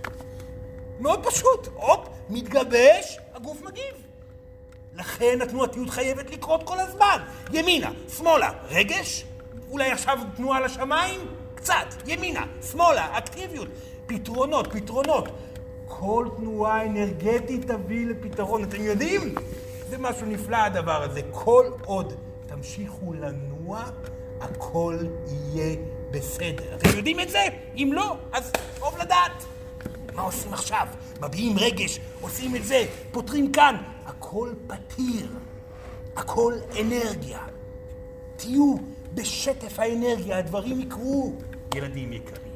מאוד פשוט. אופ, מתגבש, הגוף מגיב. לכן התנועתיות חייבת לקרות כל הזמן. ימינה, שמאלה, רגש, אולי עכשיו תנועה לשמיים, קצת, ימינה, שמאלה, אקטיביות, פתרונות, פתרונות. כל תנועה אנרגטית תביא לפתרון. אתם יודעים? זה משהו נפלא הדבר הזה. כל עוד תמשיכו לנוע, הכל יהיה בסדר. אתם יודעים את זה? אם לא, אז טוב לדעת. מה עושים עכשיו? מביעים רגש, עושים את זה, פותרים כאן. הכל פתיר. הכל אנרגיה. תהיו בשטף האנרגיה, הדברים יקרו. ילדים יקרים.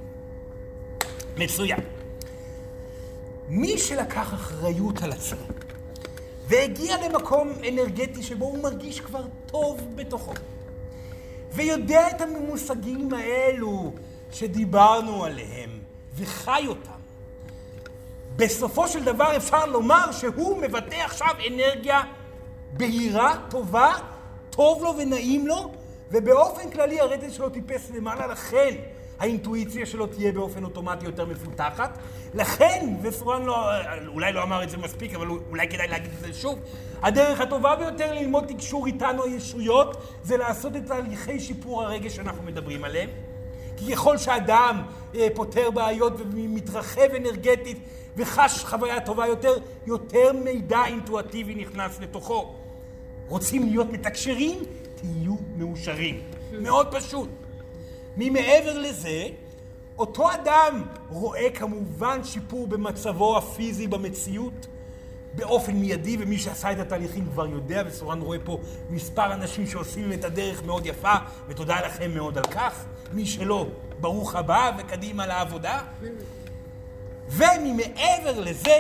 מצוין. מי שלקח אחריות על עצמו והגיע למקום אנרגטי שבו הוא מרגיש כבר טוב בתוכו, ויודע את המושגים האלו שדיברנו עליהם, וחי אותם, בסופו של דבר אפשר לומר שהוא מבטא עכשיו אנרגיה בהירה, טובה, טוב לו ונעים לו, ובאופן כללי הרטט שלו טיפס למעלה, לכן האינטואיציה שלו תהיה באופן אוטומטי יותר מפותחת. לכן, וסורן לא, אולי לא אמר את זה מספיק, אבל אולי כדאי להגיד את זה שוב, הדרך הטובה ביותר ללמוד תקשור איתנו הישויות, זה לעשות את תהליכי שיפור הרגש שאנחנו מדברים עליהם. כי ככל שאדם אה, פותר בעיות ומתרחב אנרגטית וחש חוויה טובה יותר, יותר מידע אינטואטיבי נכנס לתוכו. רוצים להיות מתקשרים? תהיו מאושרים. מאוד פשוט. ממעבר לזה, אותו אדם רואה כמובן שיפור במצבו הפיזי במציאות באופן מיידי, ומי שעשה את התהליכים כבר יודע, וסורן רואה פה מספר אנשים שעושים את הדרך מאוד יפה, ותודה לכם מאוד על כך. מי שלא, ברוך הבא וקדימה לעבודה. וממעבר לזה,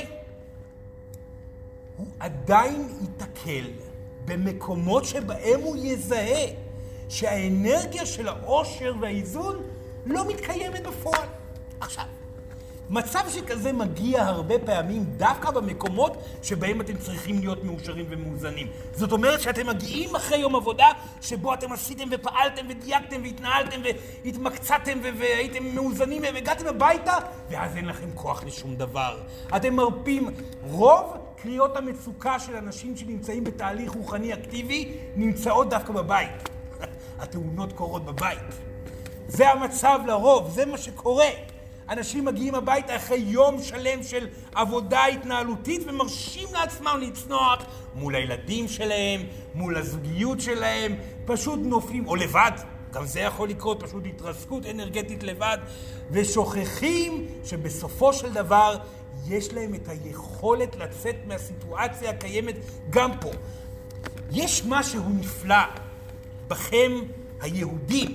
הוא עדיין יתקל במקומות שבהם הוא יזהה שהאנרגיה של העושר והאיזון לא מתקיימת בפועל. עכשיו, מצב שכזה מגיע הרבה פעמים דווקא במקומות שבהם אתם צריכים להיות מאושרים ומאוזנים. זאת אומרת שאתם מגיעים אחרי יום עבודה שבו אתם עשיתם ופעלתם ודייקתם והתנהלתם והתמקצעתם והייתם מאוזנים והגעתם הביתה, ואז אין לכם כוח לשום דבר. אתם מרפים. רוב קריאות המצוקה של אנשים שנמצאים בתהליך רוחני אקטיבי נמצאות דווקא בבית. התאונות קורות בבית. זה המצב לרוב, זה מה שקורה. אנשים מגיעים הביתה אחרי יום שלם של עבודה התנהלותית ומרשים לעצמם לצנוח מול הילדים שלהם, מול הזוגיות שלהם, פשוט נופלים, או לבד, גם זה יכול לקרות, פשוט התרסקות אנרגטית לבד, ושוכחים שבסופו של דבר יש להם את היכולת לצאת מהסיטואציה הקיימת גם פה. יש משהו נפלא בכם היהודים,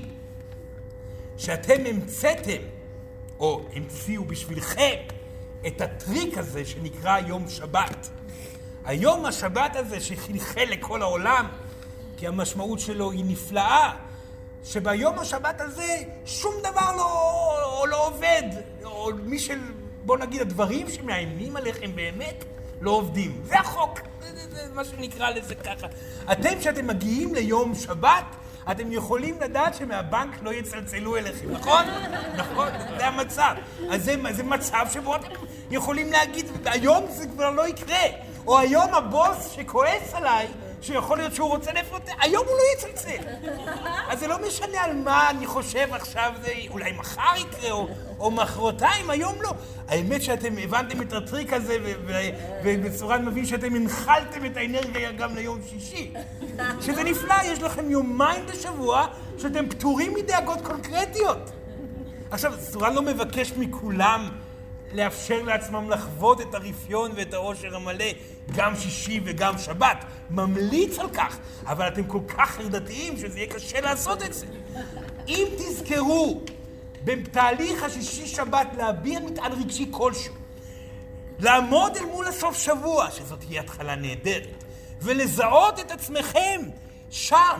שאתם המצאתם, או המציאו בשבילכם, את הטריק הזה שנקרא יום שבת. היום השבת הזה שחלחל לכל העולם, כי המשמעות שלו היא נפלאה, שביום השבת הזה שום דבר לא, לא עובד, או מי של, בוא נגיד, הדברים שמאיימים עליכם באמת לא עובדים. זה החוק, זה, זה, זה מה שנקרא לזה ככה. אתם, שאתם מגיעים ליום שבת, אתם יכולים לדעת שמהבנק לא יצלצלו אליכם, נכון? נכון, זה המצב. אז זה, זה מצב שבו אתם יכולים להגיד, היום זה כבר לא יקרה. או היום הבוס שכועס עליי, שיכול להיות שהוא רוצה לפרוטר, היום הוא לא יצלצל. אז זה לא משנה על מה אני חושב עכשיו, זה אולי מחר יקרה, או, או מחרתיים, היום לא. האמת שאתם הבנתם את הטריק הזה, ובצורה אני מבין שאתם הנחלתם את האנרגיה גם ליום שישי. שזה נפלא, יש לכם יומיים בשבוע שאתם פטורים מדאגות קונקרטיות. עכשיו, צורה לא מבקש מכולם לאפשר לעצמם לחוות את הרפיון ואת העושר המלא, גם שישי וגם שבת. ממליץ על כך, אבל אתם כל כך חרדתיים שזה יהיה קשה לעשות את זה. אם תזכרו בתהליך השישי שבת להביע מטען רגשי כלשהו, לעמוד אל מול הסוף שבוע, שזאת תהיה התחלה נהדרת, ולזהות את עצמכם שם,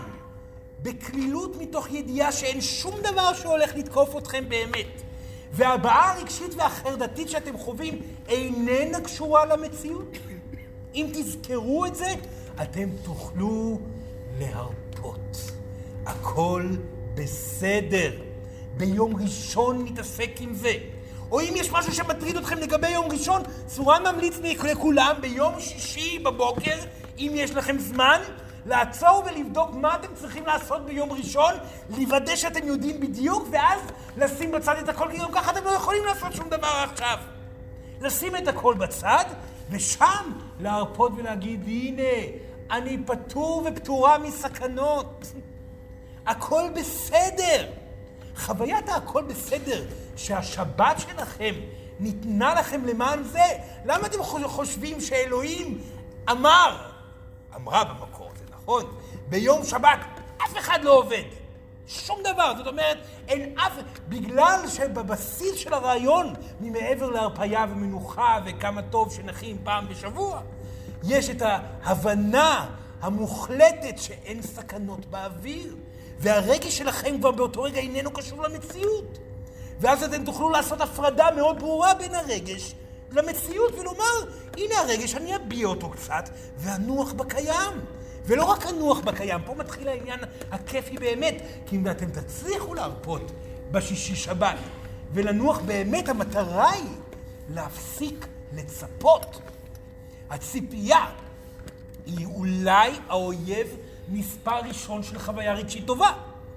בכלילות מתוך ידיעה שאין שום דבר שהולך לתקוף אתכם באמת, והבעה הרגשית והחרדתית שאתם חווים איננה קשורה למציאות. אם תזכרו את זה, אתם תוכלו להרפות. הכל בסדר. ביום ראשון נתעסק עם זה. או אם יש משהו שמטריד אתכם לגבי יום ראשון, צורה ממליץ לכולם ביום שישי בבוקר, אם יש לכם זמן, לעצור ולבדוק מה אתם צריכים לעשות ביום ראשון, לוודא שאתם יודעים בדיוק, ואז לשים בצד את הכל, כי גם ככה אתם לא יכולים לעשות שום דבר עכשיו. לשים את הכל בצד, ושם להרפות ולהגיד, הנה, אני פטור ופטורה מסכנות. הכל בסדר. חוויית הכל בסדר, שהשבת שלכם ניתנה לכם למען זה. למה אתם חושבים שאלוהים אמר, אמרה במקור, זה נכון, ביום שבת אף אחד לא עובד. שום דבר. זאת אומרת, אין אף, בגלל שבבסיס של הרעיון, ממעבר להרפאיה ומנוחה וכמה טוב שנחים פעם בשבוע, יש את ההבנה המוחלטת שאין סכנות באוויר, והרגש שלכם כבר באותו רגע איננו קשור למציאות. ואז אתם תוכלו לעשות הפרדה מאוד ברורה בין הרגש למציאות, ולומר, הנה הרגש, אני אביע אותו קצת, ואנוח בקיים. ולא רק אנוח בקיים, פה מתחיל העניין הכיפי באמת, כי אם אתם תצליחו להרפות בשישי שבת, ולנוח באמת, המטרה היא להפסיק לצפות. הציפייה היא אולי האויב מספר ראשון של חוויה רגשית טובה.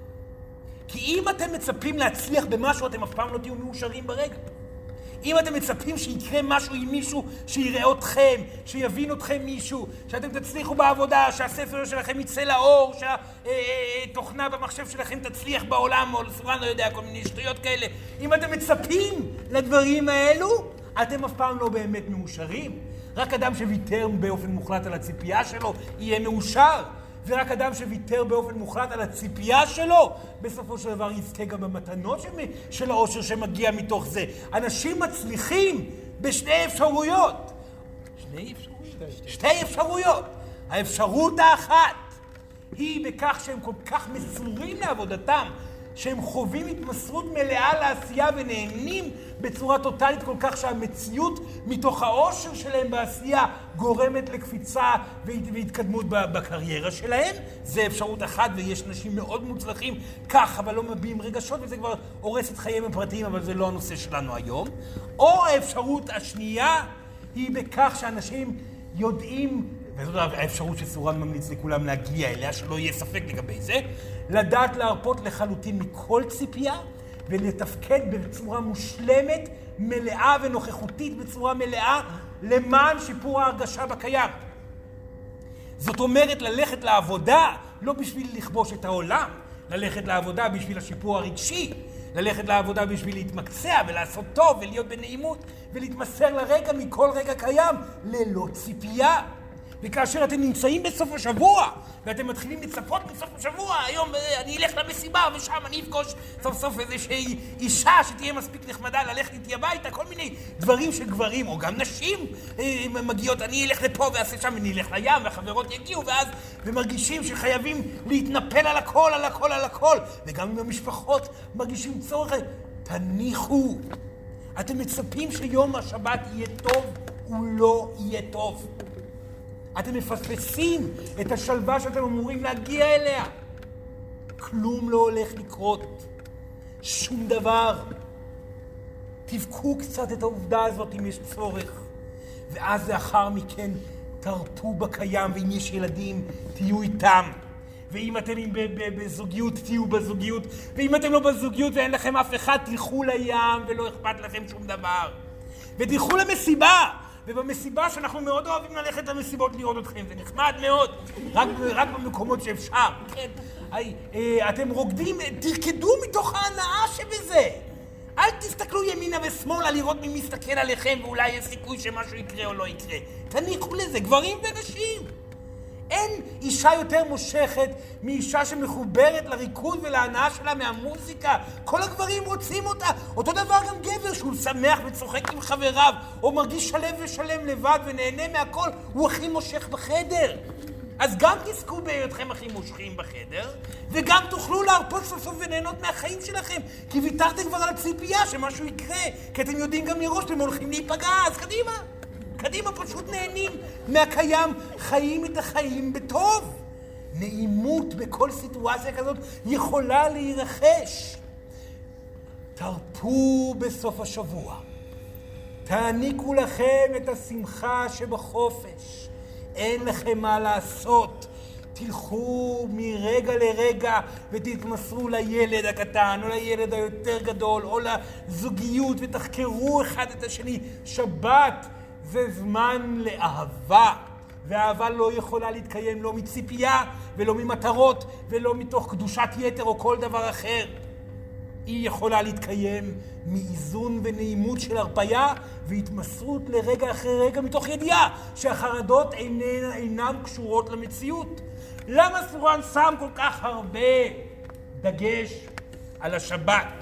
כי אם אתם מצפים להצליח במשהו, אתם אף פעם לא תהיו מאושרים ברגע. אם אתם מצפים שיקרה משהו עם מישהו שיראה אתכם, שיבין אתכם מישהו, שאתם תצליחו בעבודה, שהספר שלכם יצא לאור, שהתוכנה במחשב שלכם תצליח בעולם, או לסורן, לא יודע, כל מיני שטויות כאלה. אם אתם מצפים לדברים האלו, אתם אף פעם לא באמת מאושרים. רק אדם שוויתר באופן מוחלט על הציפייה שלו יהיה מאושר. ורק אדם שוויתר באופן מוחלט על הציפייה שלו, בסופו של דבר יזכה גם במתנות של האושר שמגיע מתוך זה. אנשים מצליחים בשני אפשרויות. שני אפשרויות? שתי אפשרויות. האפשרות האחת היא בכך שהם כל כך מסורים לעבודתם, שהם חווים התמסרות מלאה לעשייה ונהנים בצורה טוטלית כל כך שהמציאות מתוך האושר שלהם בעשייה גורמת לקפיצה והתקדמות בקריירה שלהם. זה אפשרות אחת, ויש אנשים מאוד מוצלחים כך, אבל לא מביעים רגשות, וזה כבר הורס את חייהם הפרטיים, אבל זה לא הנושא שלנו היום. או האפשרות השנייה היא בכך שאנשים יודעים וזאת האפשרות שסורן ממליץ לכולם להגיע אליה, שלא יהיה ספק לגבי זה, לדעת להרפות לחלוטין מכל ציפייה, ולתפקד בצורה מושלמת, מלאה ונוכחותית בצורה מלאה, למען שיפור ההרגשה בקיים. זאת אומרת, ללכת לעבודה, לא בשביל לכבוש את העולם, ללכת לעבודה בשביל השיפור הרגשי, ללכת לעבודה בשביל להתמקצע ולעשות טוב ולהיות בנעימות, ולהתמסר לרגע מכל רגע קיים, ללא ציפייה. וכאשר אתם נמצאים בסוף השבוע, ואתם מתחילים לצפות בסוף השבוע, היום אני אלך למסיבה ושם אני אפגוש סוף סוף איזושהי אישה שתהיה מספיק נחמדה ללכת איתי הביתה, כל מיני דברים של גברים, או גם נשים מגיעות, אני אלך לפה ועשה שם, אני אלך לים והחברות יגיעו, ואז ומרגישים שחייבים להתנפל על הכל, על הכל, על הכל, וגם אם המשפחות מרגישים צורך, תניחו. אתם מצפים שיום השבת יהיה טוב, הוא לא יהיה טוב. אתם מפספסים את השלווה שאתם אמורים להגיע אליה. כלום לא הולך לקרות. שום דבר. תבכו קצת את העובדה הזאת אם יש צורך. ואז לאחר מכן תרפו בקיים, ואם יש ילדים, תהיו איתם. ואם אתם בזוגיות, תהיו בזוגיות. ואם אתם לא בזוגיות ואין לכם אף אחד, תלכו לים ולא אכפת לכם שום דבר. ותלכו למסיבה. ובמסיבה שאנחנו מאוד אוהבים ללכת למסיבות לראות אתכם, זה נחמד מאוד, רק, רק במקומות שאפשר, כן? אי, אה, אתם רוקדים, תרקדו מתוך ההנאה שבזה. אל תסתכלו ימינה ושמאלה לראות מי מסתכל עליכם ואולי יש סיכוי שמשהו יקרה או לא יקרה. תניחו לזה, גברים ונשים. אין אישה יותר מושכת מאישה שמחוברת לריקוד ולהנאה שלה מהמוזיקה. כל הגברים רוצים אותה. אותו דבר גם גבר שהוא שמח וצוחק עם חבריו, או מרגיש שלב ושלם לבד ונהנה מהכל, הוא הכי מושך בחדר. אז גם תזכו בהיותכם הכי מושכים בחדר, וגם תוכלו להרפות סוף סוף וליהנות מהחיים שלכם, כי ויתרתם כבר על הציפייה שמשהו יקרה, כי אתם יודעים גם מראש שאתם הולכים להיפגע, אז קדימה. קדימה, פשוט נהנים מהקיים, חיים את החיים בטוב. נעימות בכל סיטואציה כזאת יכולה להירחש. תרפו בסוף השבוע. תעניקו לכם את השמחה שבחופש. אין לכם מה לעשות. תלכו מרגע לרגע ותתמסרו לילד הקטן, או לילד היותר גדול, או לזוגיות, ותחקרו אחד את השני. שבת זה זמן לאהבה, והאהבה לא יכולה להתקיים לא מציפייה ולא ממטרות ולא מתוך קדושת יתר או כל דבר אחר. היא יכולה להתקיים מאיזון ונעימות של הרפיה והתמסרות לרגע אחרי רגע מתוך ידיעה שהחרדות אינן, אינן קשורות למציאות. למה סורן שם כל כך הרבה דגש על השבת?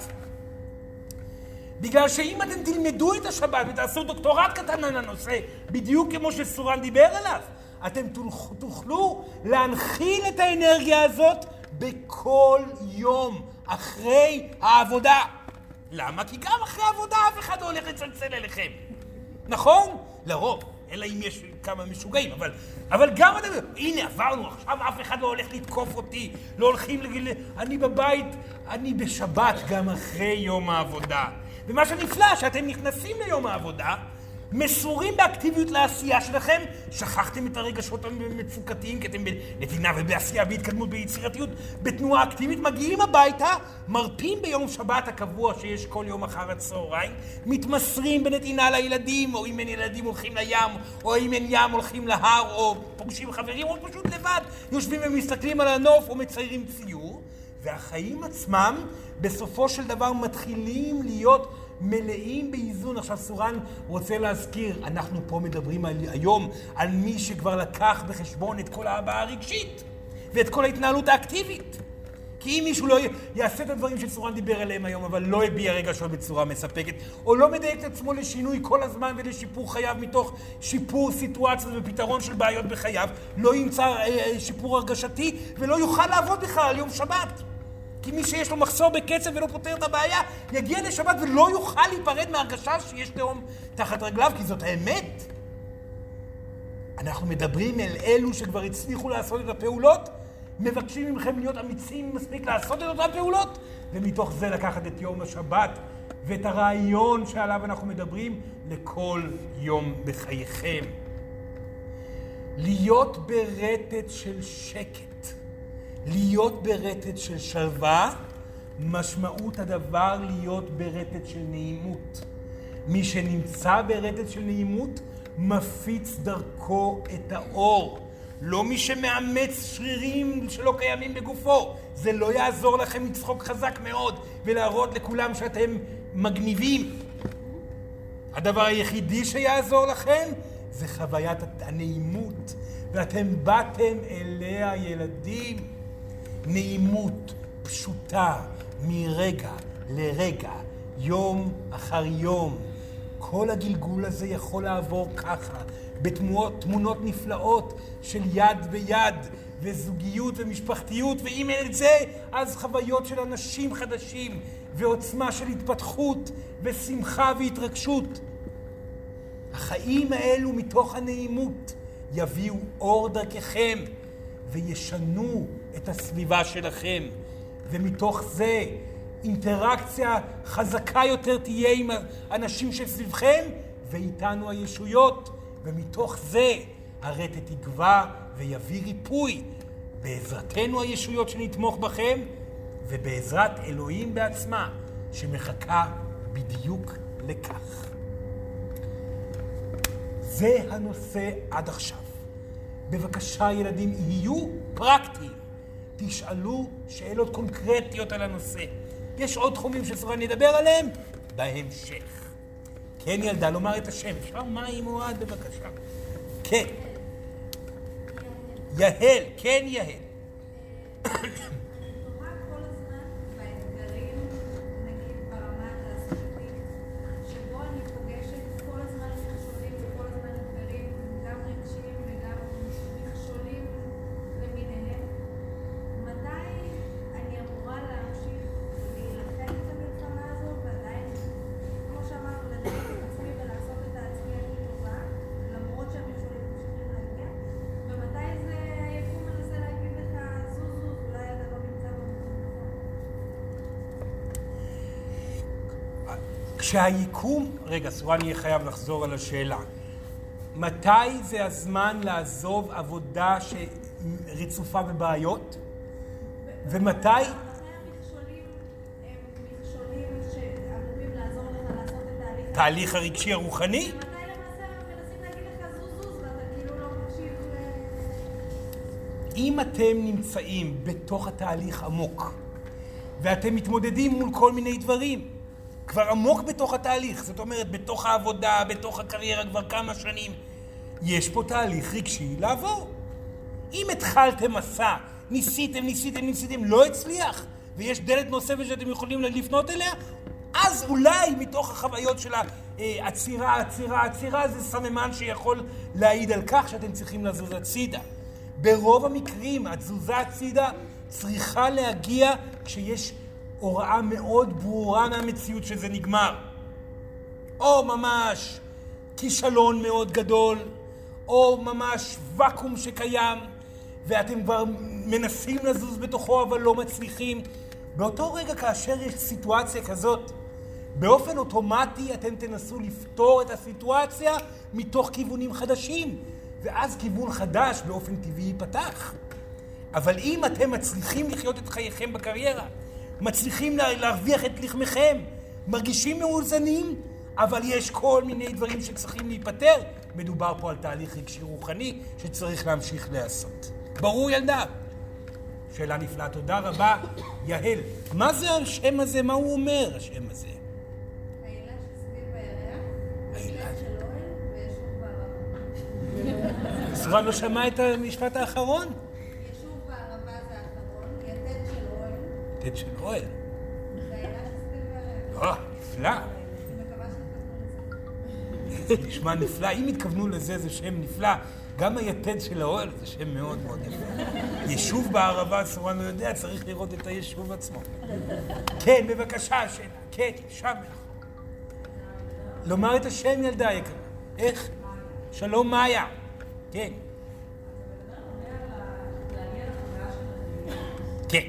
בגלל שאם אתם תלמדו את השבת ותעשו דוקטורט קטן על הנושא, בדיוק כמו שסורן דיבר עליו, אתם תוכלו להנחיל את האנרגיה הזאת בכל יום אחרי העבודה. למה? כי גם אחרי העבודה אף אחד לא הולך לצלצל אליכם. נכון? לרוב. אלא אם יש כמה משוגעים, אבל, אבל גם אתם, הנה עברנו, עכשיו אף אחד לא הולך לתקוף אותי, לא הולכים לגיל, אני בבית, אני בשבת גם אחרי יום העבודה. ומה שנפלא, שאתם נכנסים ליום העבודה, מסורים באקטיביות לעשייה שלכם, שכחתם את הרגשות המצוקתיים, כי אתם בנתינה ובעשייה בהתקדמות ביצירתיות, בתנועה אקטיבית, מגיעים הביתה, מרפים ביום שבת הקבוע שיש כל יום אחר הצהריים, מתמסרים בנתינה לילדים, או אם אין ילדים הולכים לים, או אם אין ים הולכים להר, או פוגשים חברים, או פשוט לבד, יושבים ומסתכלים על הנוף, או מציירים ציור, והחיים עצמם בסופו של דבר מתחילים להיות מלאים באיזון. עכשיו סורן רוצה להזכיר, אנחנו פה מדברים על, היום על מי שכבר לקח בחשבון את כל ההבעה הרגשית ואת כל ההתנהלות האקטיבית. כי אם מישהו לא יעשה את הדברים שסורן דיבר עליהם היום, אבל לא הביע רגשות בצורה מספקת, או לא מדייק את עצמו לשינוי כל הזמן ולשיפור חייו מתוך שיפור סיטואציות ופתרון של בעיות בחייו, לא ימצא אה, שיפור הרגשתי ולא יוכל לעבוד בכלל על יום שבת. כי מי שיש לו מחסור בקצב ולא פותר את הבעיה, יגיע לשבת ולא יוכל להיפרד מהרגשה שיש תהום תחת רגליו, כי זאת האמת. אנחנו מדברים אל אלו שכבר הצליחו לעשות את הפעולות, מבקשים מכם להיות אמיצים מספיק לעשות את אותן פעולות, ומתוך זה לקחת את יום השבת ואת הרעיון שעליו אנחנו מדברים לכל יום בחייכם. להיות ברטט של שקט, להיות ברטט של שלווה, משמעות הדבר להיות ברטט של נעימות. מי שנמצא ברטט של נעימות מפיץ דרכו את האור. לא מי שמאמץ שרירים שלא קיימים בגופו. זה לא יעזור לכם לצחוק חזק מאוד ולהראות לכולם שאתם מגניבים. הדבר היחידי שיעזור לכם זה חוויית הנעימות, ואתם באתם אליה ילדים. נעימות פשוטה מרגע לרגע, יום אחר יום. כל הגלגול הזה יכול לעבור ככה, בתמונות תמונות נפלאות של יד ביד, וזוגיות ומשפחתיות, ואם אין את זה, אז חוויות של אנשים חדשים, ועוצמה של התפתחות, ושמחה והתרגשות. החיים האלו מתוך הנעימות יביאו אור דרככם, וישנו את הסביבה שלכם, ומתוך זה אינטראקציה חזקה יותר תהיה עם האנשים שסביבכם, ואיתנו הישויות, ומתוך זה הרטט יגבה ויביא ריפוי, בעזרתנו הישויות שנתמוך בכם, ובעזרת אלוהים בעצמה, שמחכה בדיוק לכך. זה הנושא עד עכשיו. בבקשה ילדים, יהיו פרקטיים. תשאלו שאלות קונקרטיות על הנושא. יש עוד תחומים שסורן נדבר עליהם בהמשך. כן ילדה, לומר את השם. אפשר מים או עד בבקשה? כן. יהל, כן יהל. כשהיקום, רגע, סורן יהיה חייב לחזור על השאלה. מתי זה הזמן לעזוב עבודה שרצופה בבעיות? ומתי? המכשולים הם מכשולים שאמורים לעזור לך לעשות את תהליך... תהליך הרגשי הרוחני? ומתי למעשה הם מנסים להגיד לך זוז זוז ואתה כאילו לא מקשיב ל... אם אתם נמצאים בתוך התהליך עמוק, ואתם מתמודדים מול כל מיני דברים, כבר עמוק בתוך התהליך, זאת אומרת, בתוך העבודה, בתוך הקריירה כבר כמה שנים, יש פה תהליך רגשי לעבור. אם התחלתם מסע, ניסיתם, ניסיתם, ניסיתם, לא הצליח, ויש דלת נוספת שאתם יכולים לפנות אליה, אז אולי מתוך החוויות של העצירה, עצירה, עצירה, זה סממן שיכול להעיד על כך שאתם צריכים לזוז הצידה. ברוב המקרים, התזוזה הצידה צריכה להגיע כשיש הוראה מאוד ברורה מהמציאות שזה נגמר. או ממש כישלון מאוד גדול, או ממש וקום שקיים, ואתם כבר מנסים לזוז בתוכו אבל לא מצליחים. באותו רגע כאשר יש סיטואציה כזאת, באופן אוטומטי אתם תנסו לפתור את הסיטואציה מתוך כיוונים חדשים, ואז כיוון חדש באופן טבעי ייפתח. אבל אם אתם מצליחים לחיות את חייכם בקריירה, מצליחים להרוויח את לחמכם, מרגישים מאוזנים, אבל יש כל מיני דברים שצריכים להיפטר, מדובר פה על תהליך רגשי רוחני שצריך להמשיך לעשות. ברור ילדה? שאלה נפלאה, תודה רבה. יהל, מה זה השם הזה? מה הוא אומר, השם הזה? העילה שסביב הירח, העילה של אוהל וישוב בערבה. סורן לא שמע את המשפט האחרון? ישוב בערבה זה האחרון, יתד של אוהל. יתד של אוהל. זה העילה שסביב הירח. אה, נפלא. אני מקווה שתתכוונו לזה. נשמע נפלא. אם התכוונו לזה, זה שם נפלא. גם היתד של האוהל זה שם מאוד מאוד יפה. יישוב בערבה, סורן לא יודע, צריך לראות את היישוב עצמו. כן, בבקשה, השאלה. כן, שם מאחור. לומר את השם ילדה יקרה. איך? שלום מאיה. כן. כן.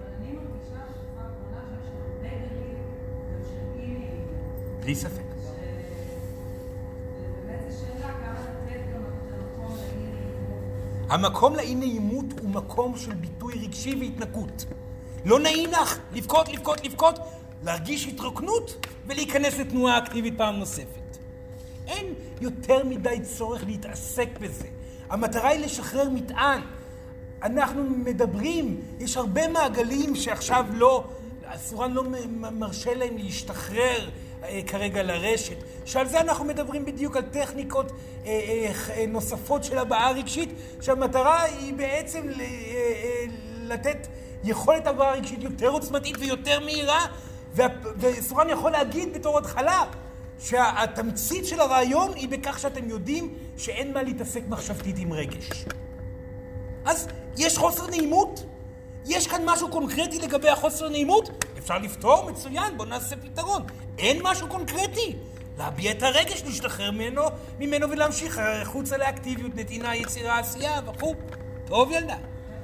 בלי ספק. באמת זו שאלה, כמה לתת גם את המקום לאי נעימות. המקום לאי נעימות הוא מקום של ביטוי רגשי והתנקות. לא נעים לך לבכות, לבכות, לבכות, להרגיש התרוקנות ולהיכנס לתנועה אקטיבית פעם נוספת. אין יותר מדי צורך להתעסק בזה. המטרה היא לשחרר מטען. אנחנו מדברים, יש הרבה מעגלים שעכשיו לא, סורן לא מרשה להם להשתחרר כרגע לרשת, שעל זה אנחנו מדברים בדיוק על טכניקות נוספות של הבעה רגשית, שהמטרה היא בעצם לתת יכולת הבעה רגשית יותר עוצמתית ויותר מהירה, וסורן יכול להגיד בתור התחלה שהתמצית של הרעיון היא בכך שאתם יודעים שאין מה להתעסק מחשבתית עם רגש. אז יש חוסר נעימות? יש כאן משהו קונקרטי לגבי החוסר נעימות? אפשר לפתור? מצוין, בוא נעשה פתרון. אין משהו קונקרטי? להביע את הרגש, להשתחרר ממנו, ממנו ולהמשיך חוצה לאקטיביות, נתינה, יצירה, עשייה וכו'. טוב ילדה.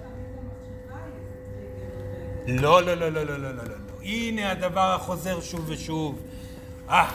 לא, לא, לא, לא, לא, לא, לא, לא. הנה הדבר החוזר שוב ושוב. אה,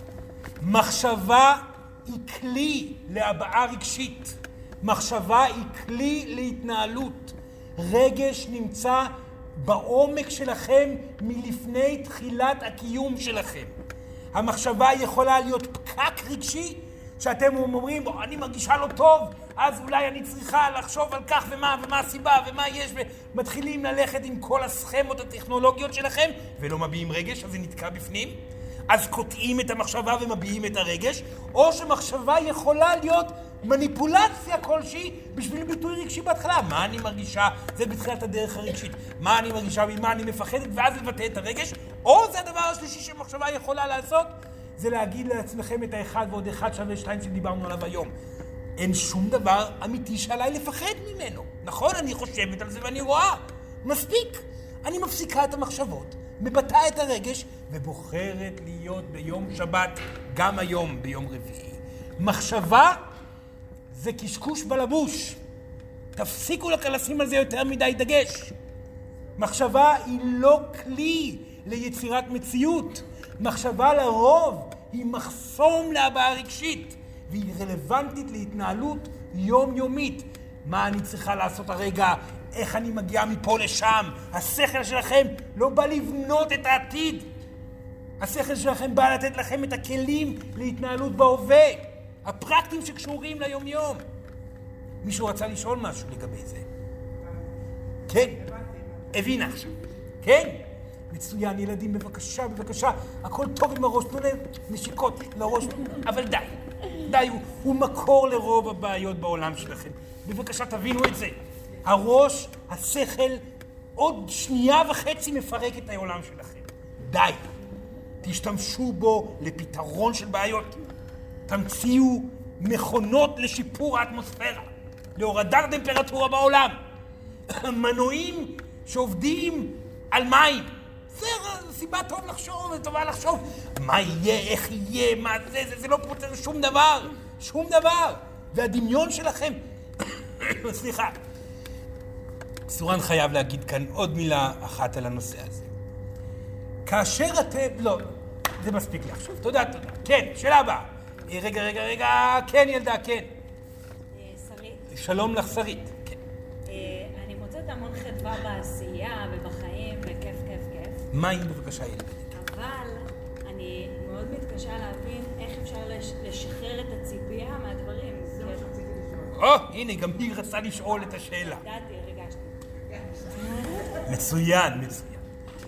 מחשבה היא כלי להבעה רגשית. מחשבה היא כלי להתנהלות. רגש נמצא בעומק שלכם מלפני תחילת הקיום שלכם. המחשבה יכולה להיות פקק רגשי, שאתם אומרים, אני מרגישה לא טוב, אז אולי אני צריכה לחשוב על כך ומה, ומה הסיבה ומה יש, ומתחילים ללכת עם כל הסכמות הטכנולוגיות שלכם, ולא מביעים רגש, אז זה נתקע בפנים. אז קוטעים את המחשבה ומביעים את הרגש, או שמחשבה יכולה להיות מניפולציה כלשהי בשביל ביטוי רגשי בהתחלה. מה אני מרגישה? זה בתחילת הדרך הרגשית. מה אני מרגישה ומה אני מפחדת, ואז לבטא את הרגש. או זה הדבר השלישי שמחשבה יכולה לעשות, זה להגיד לעצמכם את האחד ועוד אחד שווה שתיים שדיברנו עליו היום. אין שום דבר אמיתי שעליי לפחד ממנו. נכון? אני חושבת על זה ואני רואה. מספיק. אני מפסיקה את המחשבות, מבטאה את הרגש, ובוחרת להיות ביום שבת, גם היום ביום רביעי. מחשבה זה קשקוש בלבוש. תפסיקו לשים על זה יותר מדי דגש. מחשבה היא לא כלי ליצירת מציאות. מחשבה לרוב היא מחסום להבעה רגשית, והיא רלוונטית להתנהלות יומיומית. מה אני צריכה לעשות הרגע? איך אני מגיעה מפה לשם? השכל שלכם לא בא לבנות את העתיד. השכל שלכם בא לתת לכם את הכלים להתנהלות בהווה. הפרקטים שקשורים ליום יום. מישהו רצה לשאול משהו לגבי זה? כן. הבינה עכשיו. כן. מצוין, ילדים, בבקשה, בבקשה. הכל טוב עם הראש, תנו להם נשיקות לראש. אבל די. די, הוא, הוא מקור לרוב הבעיות בעולם שלכם. בבקשה, תבינו את זה. הראש, השכל, עוד שנייה וחצי מפרק את העולם שלכם. די. תשתמשו בו לפתרון של בעיות. תמציאו מכונות לשיפור האטמוספירה, להורדת הטמפרטורה בעולם. מנועים שעובדים על מים. זה סיבה טוב לחשוב, זה טובה לחשוב. מה יהיה, איך יהיה, מה זה, זה, זה לא פותר שום דבר. שום דבר. והדמיון שלכם... סליחה. סורן חייב להגיד כאן עוד מילה אחת על הנושא הזה. כאשר אתם... לא, זה מספיק לעכשיו. תודה, תודה. כן, שאלה הבאה. רגע, רגע, רגע. כן, ילדה, כן. שרית. שלום לך, שרית. כן. אני מוצאת המון חדווה בעשייה ובחיים, וכיף, כיף, כיף. מה היא בבקשה, ילדה? אבל אני מאוד מתקשה להבין איך אפשר לשחרר את הציפייה מהדברים. זה מה שרציתי לשאול. או, הנה, גם היא רצה לשאול את השאלה. ידעתי, הרגשתי. מצוין, מצוין.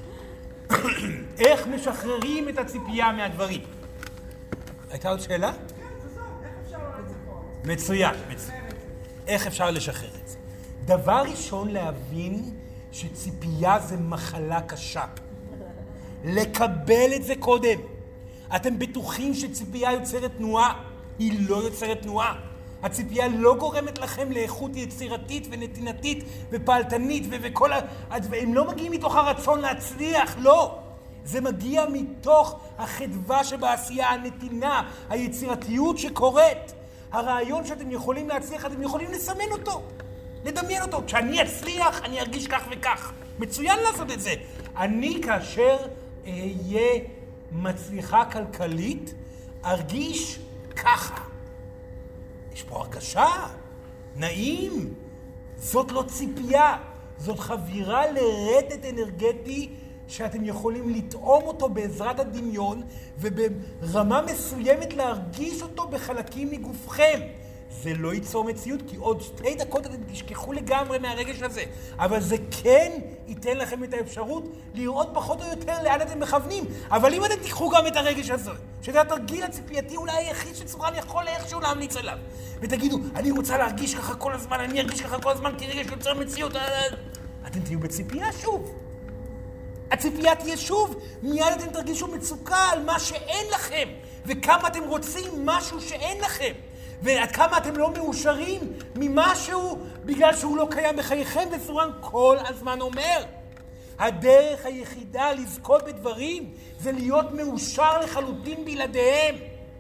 איך משחררים את הציפייה מהדברים? הייתה עוד שאלה? כן, זה זאת. איך אפשר לא לצפות? מצוין, מצוין. איך אפשר לשחרר את זה? דבר ראשון, להבין שציפייה זה מחלה קשה. לקבל את זה קודם. אתם בטוחים שציפייה יוצרת תנועה? היא לא יוצרת תנועה. הציפייה לא גורמת לכם לאיכות יצירתית ונתינתית ופעלתנית ו- וכל ה... הם לא מגיעים מתוך הרצון להצליח, לא. זה מגיע מתוך החדווה שבעשייה, הנתינה, היצירתיות שקורית. הרעיון שאתם יכולים להצליח, אתם יכולים לסמן אותו, לדמיין אותו. כשאני אצליח, אני ארגיש כך וכך. מצוין לעשות את זה. אני כאשר אהיה מצליחה כלכלית, ארגיש ככה. יש פה הרגשה, נעים, זאת לא ציפייה, זאת חבירה לרטט אנרגטי שאתם יכולים לטעום אותו בעזרת הדמיון וברמה מסוימת להרגיש אותו בחלקים מגופכם. זה לא ייצור מציאות, כי עוד שתי דקות אתם תשכחו לגמרי מהרגש הזה. אבל זה כן ייתן לכם את האפשרות לראות פחות או יותר לאן אתם מכוונים. אבל אם אתם תיקחו גם את הרגש הזה, שזה התרגיל הציפייתי אולי היחיד שצורן יכול איכשהו להמליץ עליו, ותגידו, אני רוצה להרגיש ככה כל הזמן, אני ארגיש ככה כל הזמן, כי רגש יוצר מציאות, אתם תהיו בציפייה שוב. הציפייה תהיה שוב, מיד אתם תרגישו מצוקה על מה שאין לכם, וכמה אתם רוצים משהו שאין לכם. ועד כמה אתם לא מאושרים ממשהו בגלל שהוא לא קיים בחייכם, וסורן כל הזמן אומר. הדרך היחידה לזכות בדברים זה להיות מאושר לחלוטין בלעדיהם.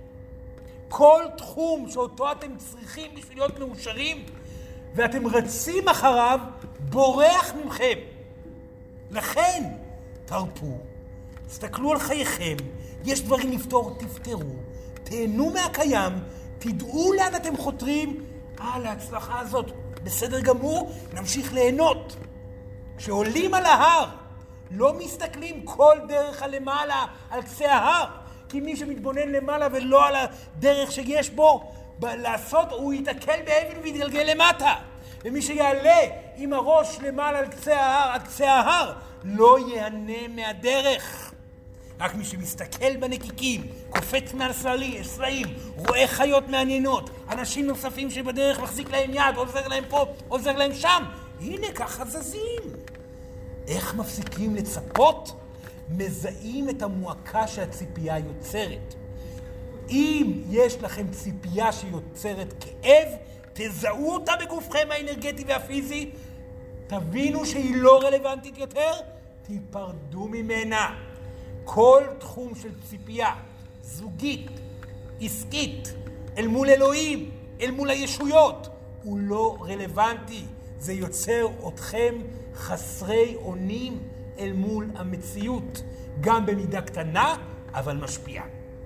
כל תחום שאותו אתם צריכים בשביל להיות מאושרים, ואתם רצים אחריו, בורח ממכם. לכן, תרפו, תסתכלו על חייכם, יש דברים לפתור, תפתרו, תהנו מהקיים, תדעו לאן אתם חותרים, אה, להצלחה הזאת, בסדר גמור, נמשיך ליהנות. כשעולים על ההר, לא מסתכלים כל דרך הלמעלה על קצה ההר, כי מי שמתבונן למעלה ולא על הדרך שיש בו, לעשות, הוא יתעכל באבן ויתגלגל למטה. ומי שיעלה עם הראש למעלה על קצה ההר, עד קצה ההר, לא ייהנה מהדרך. רק מי שמסתכל בנקיקים, קופץ מעל סלעים, רואה חיות מעניינות, אנשים נוספים שבדרך מחזיק להם יד, עוזר להם פה, עוזר להם שם. הנה, ככה זזים. איך מפסיקים לצפות? מזהים את המועקה שהציפייה יוצרת. אם יש לכם ציפייה שיוצרת כאב, תזהו אותה בגופכם האנרגטי והפיזי, תבינו שהיא לא רלוונטית יותר, תיפרדו ממנה. כל תחום של ציפייה, זוגית, עסקית, אל מול אלוהים, אל מול הישויות, הוא לא רלוונטי. זה יוצר אתכם חסרי אונים אל מול המציאות, גם במידה קטנה, אבל משפיעה.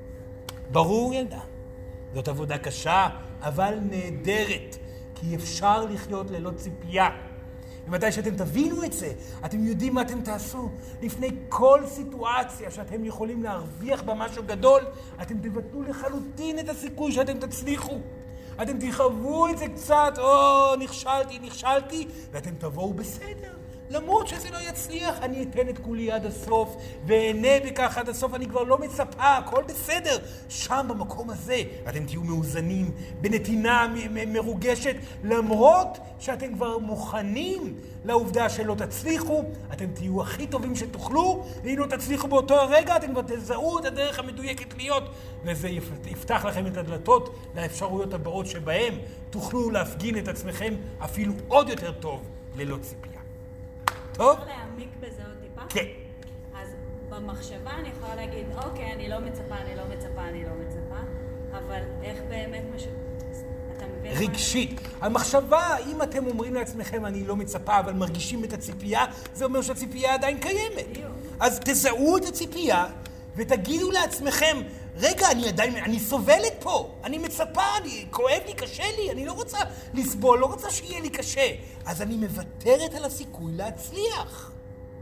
ברור ילדה, זאת עבודה קשה, אבל נהדרת, כי אפשר לחיות ללא ציפייה. ומתי שאתם תבינו את זה, אתם יודעים מה אתם תעשו. לפני כל סיטואציה שאתם יכולים להרוויח בה משהו גדול, אתם תבטלו לחלוטין את הסיכוי שאתם תצליחו. אתם תחוו את זה קצת, או נכשלתי, נכשלתי, ואתם תבואו בסדר. למרות שזה לא יצליח, אני אתן את כולי עד הסוף, ואענה בכך עד הסוף, אני כבר לא מצפה, הכל בסדר. שם במקום הזה אתם תהיו מאוזנים, בנתינה מ- מרוגשת, למרות שאתם כבר מוכנים לעובדה שלא תצליחו, אתם תהיו הכי טובים שתוכלו, ואם לא תצליחו באותו הרגע, אתם כבר תזהו את הדרך המדויקת להיות, וזה יפתח לכם את הדלתות לאפשרויות הבאות שבהם תוכלו להפגין את עצמכם אפילו עוד יותר טוב ללא ציפייה. טוב? אפשר להעמיק בזה עוד טיפה? כן. אז במחשבה אני יכולה להגיד, אוקיי, אני לא מצפה, אני לא מצפה, אני לא מצפה, אבל איך באמת משהו... אתה מבין? רגשית. המחשבה, אם אתם אומרים לעצמכם, אני לא מצפה, אבל מרגישים את הציפייה, זה אומר שהציפייה עדיין קיימת. אז תזהו את הציפייה, ותגידו לעצמכם, רגע, אני עדיין, אני סובלת פה, אני מצפה, אני, כואב לי, קשה לי, אני לא רוצה לסבול, לא רוצה שיהיה לי קשה. אז אני מוותרת על הסיכוי להצליח.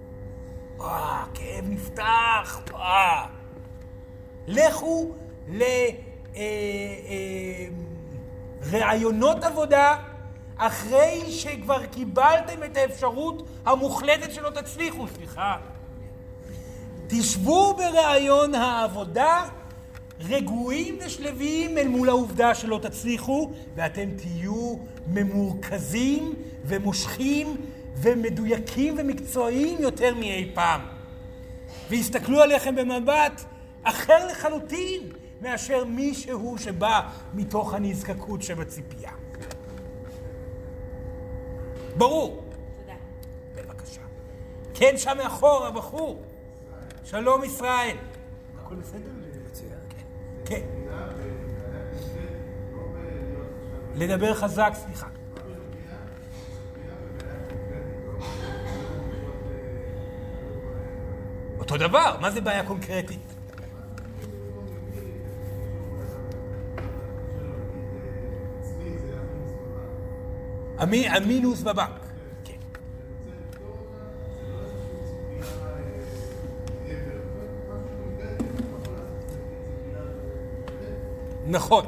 אה, כאב נפתח, אה. לכו לרעיונות עבודה, אחרי שכבר קיבלתם את האפשרות המוחלטת שלא תצליחו, סליחה. תשבו ברעיון העבודה, רגועים ושלווים אל מול העובדה שלא תצליחו, ואתם תהיו ממורכזים ומושכים ומדויקים ומקצועיים יותר מאי פעם. ויסתכלו עליכם במבט אחר לחלוטין מאשר מישהו שבא מתוך הנזקקות שבציפייה. ברור? תודה. בבקשה. כן, שם מאחור, הבחור. שלום ישראל. הכל בסדר? כן. לדבר חזק, סליחה. אותו דבר, מה זה בעיה קונקרטית? המינוס בבנק. כן. נכון.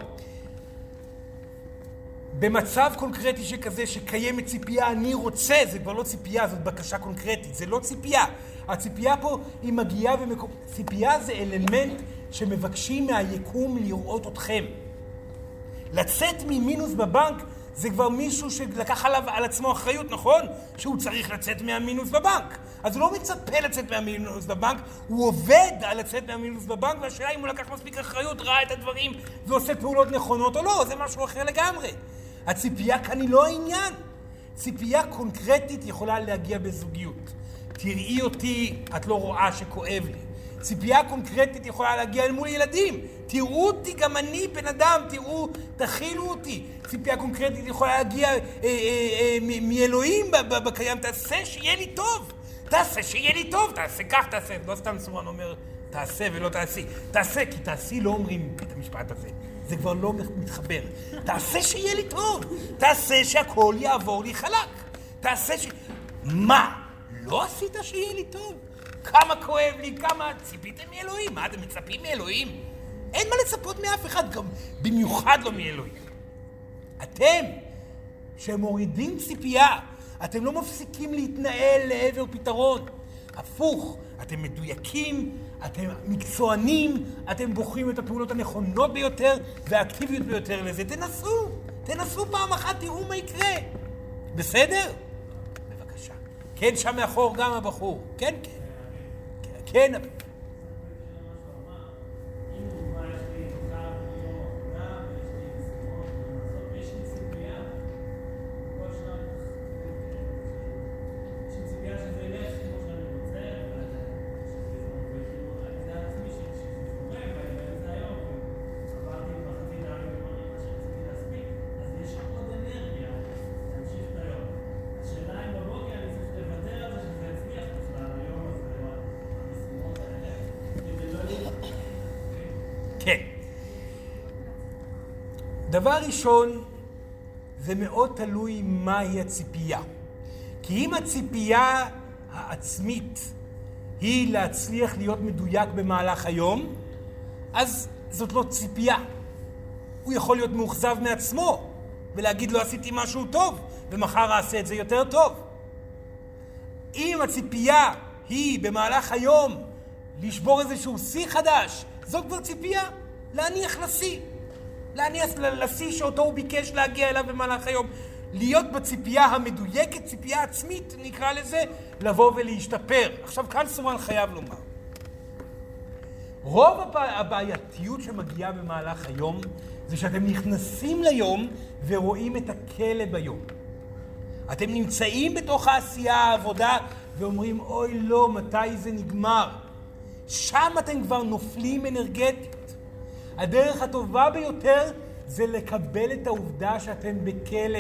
במצב קונקרטי שכזה שקיימת ציפייה, אני רוצה, זה כבר לא ציפייה, זאת בקשה קונקרטית, זה לא ציפייה. הציפייה פה היא מגיעה במקום... ציפייה זה אלמנט שמבקשים מהיקום לראות אתכם. לצאת ממינוס בבנק זה כבר מישהו שלקח עליו על עצמו אחריות, נכון? שהוא צריך לצאת מהמינוס בבנק. אז הוא לא מצפה לצאת מהמינוס בבנק, הוא עובד על לצאת מהמינוס בבנק, והשאלה אם הוא לקח מספיק אחריות, ראה את הדברים ועושה פעולות נכונות או לא, זה משהו אחר לגמרי. הציפייה כאן היא לא העניין. ציפייה קונקרטית יכולה להגיע בזוגיות. תראי אותי, את לא רואה שכואב לי. ציפייה קונקרטית יכולה להגיע אל מול ילדים. תראו אותי, גם אני בן אדם, תראו, תכילו אותי. ציפייה קונקרטית יכולה להגיע אה, אה, אה, מ- מאלוהים בקיים. תעשה שיהיה לי טוב. תעשה שיהיה לי טוב. תעשה כך, תעשה. לא סתם סורן אומר, תעשה ולא תעשי. תעשה, כי תעשי לא אומרים את המשפט הזה. זה כבר לא מתחבר. תעשה שיהיה לי טוב. תעשה שהכל יעבור לי חלק. תעשה ש... מה? לא עשית שיהיה לי טוב? כמה כואב לי, כמה ציפיתם מאלוהים? מה, אתם מצפים מאלוהים? אין מה לצפות מאף אחד, גם במיוחד לא מאלוהים. אתם, שמורידים ציפייה, אתם לא מפסיקים להתנהל לעבר פתרון. הפוך, אתם מדויקים, אתם מקצוענים, אתם בוחרים את הפעולות הנכונות ביותר והאקטיביות ביותר לזה. תנסו, תנסו פעם אחת, תראו מה יקרה. בסדר? בבקשה. כן, שם מאחור גם הבחור. כן, כן. כן, אבל... כן. דבר ראשון, זה מאוד תלוי מהי הציפייה. כי אם הציפייה העצמית היא להצליח להיות מדויק במהלך היום, אז זאת לא ציפייה. הוא יכול להיות מאוכזב מעצמו ולהגיד לא עשיתי משהו טוב, ומחר אעשה את זה יותר טוב. אם הציפייה היא במהלך היום לשבור איזשהו שיא חדש, זו כבר ציפייה להניח לשיא. להניח לשיא שאותו הוא ביקש להגיע אליו במהלך היום. להיות בציפייה המדויקת, ציפייה עצמית, נקרא לזה, לבוא ולהשתפר. עכשיו, כאן סורן חייב לומר. רוב הבעייתיות שמגיעה במהלך היום, זה שאתם נכנסים ליום ורואים את הכלא ביום. אתם נמצאים בתוך העשייה, העבודה, ואומרים, אוי לא, מתי זה נגמר? שם אתם כבר נופלים אנרגטית. הדרך הטובה ביותר זה לקבל את העובדה שאתם בכלא.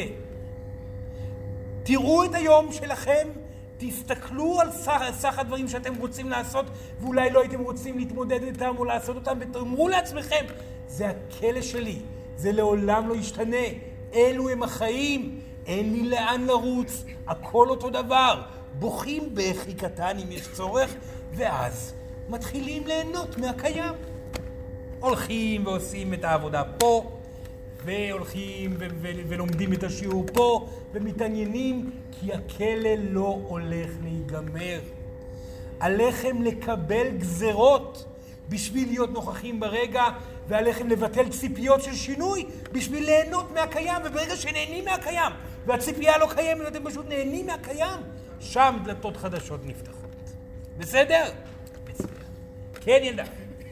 תראו את היום שלכם, תסתכלו על סך, סך הדברים שאתם רוצים לעשות, ואולי לא הייתם רוצים להתמודד איתם או לעשות אותם, ותאמרו לעצמכם, זה הכלא שלי, זה לעולם לא ישתנה, אלו הם החיים, אין לי לאן לרוץ, הכל אותו דבר, בוכים בכי קטן אם יש צורך, ואז מתחילים ליהנות מהקיים. הולכים ועושים את העבודה פה, והולכים ו- ו- ולומדים את השיעור פה, ומתעניינים, כי הכלא לא הולך להיגמר. עליכם לקבל גזרות בשביל להיות נוכחים ברגע, ועליכם לבטל ציפיות של שינוי בשביל ליהנות מהקיים, וברגע שנהנים מהקיים, והציפייה לא קיימת, אתם פשוט נהנים מהקיים, שם דלתות חדשות נפתחות. בסדר? בסדר. כן, ילדה.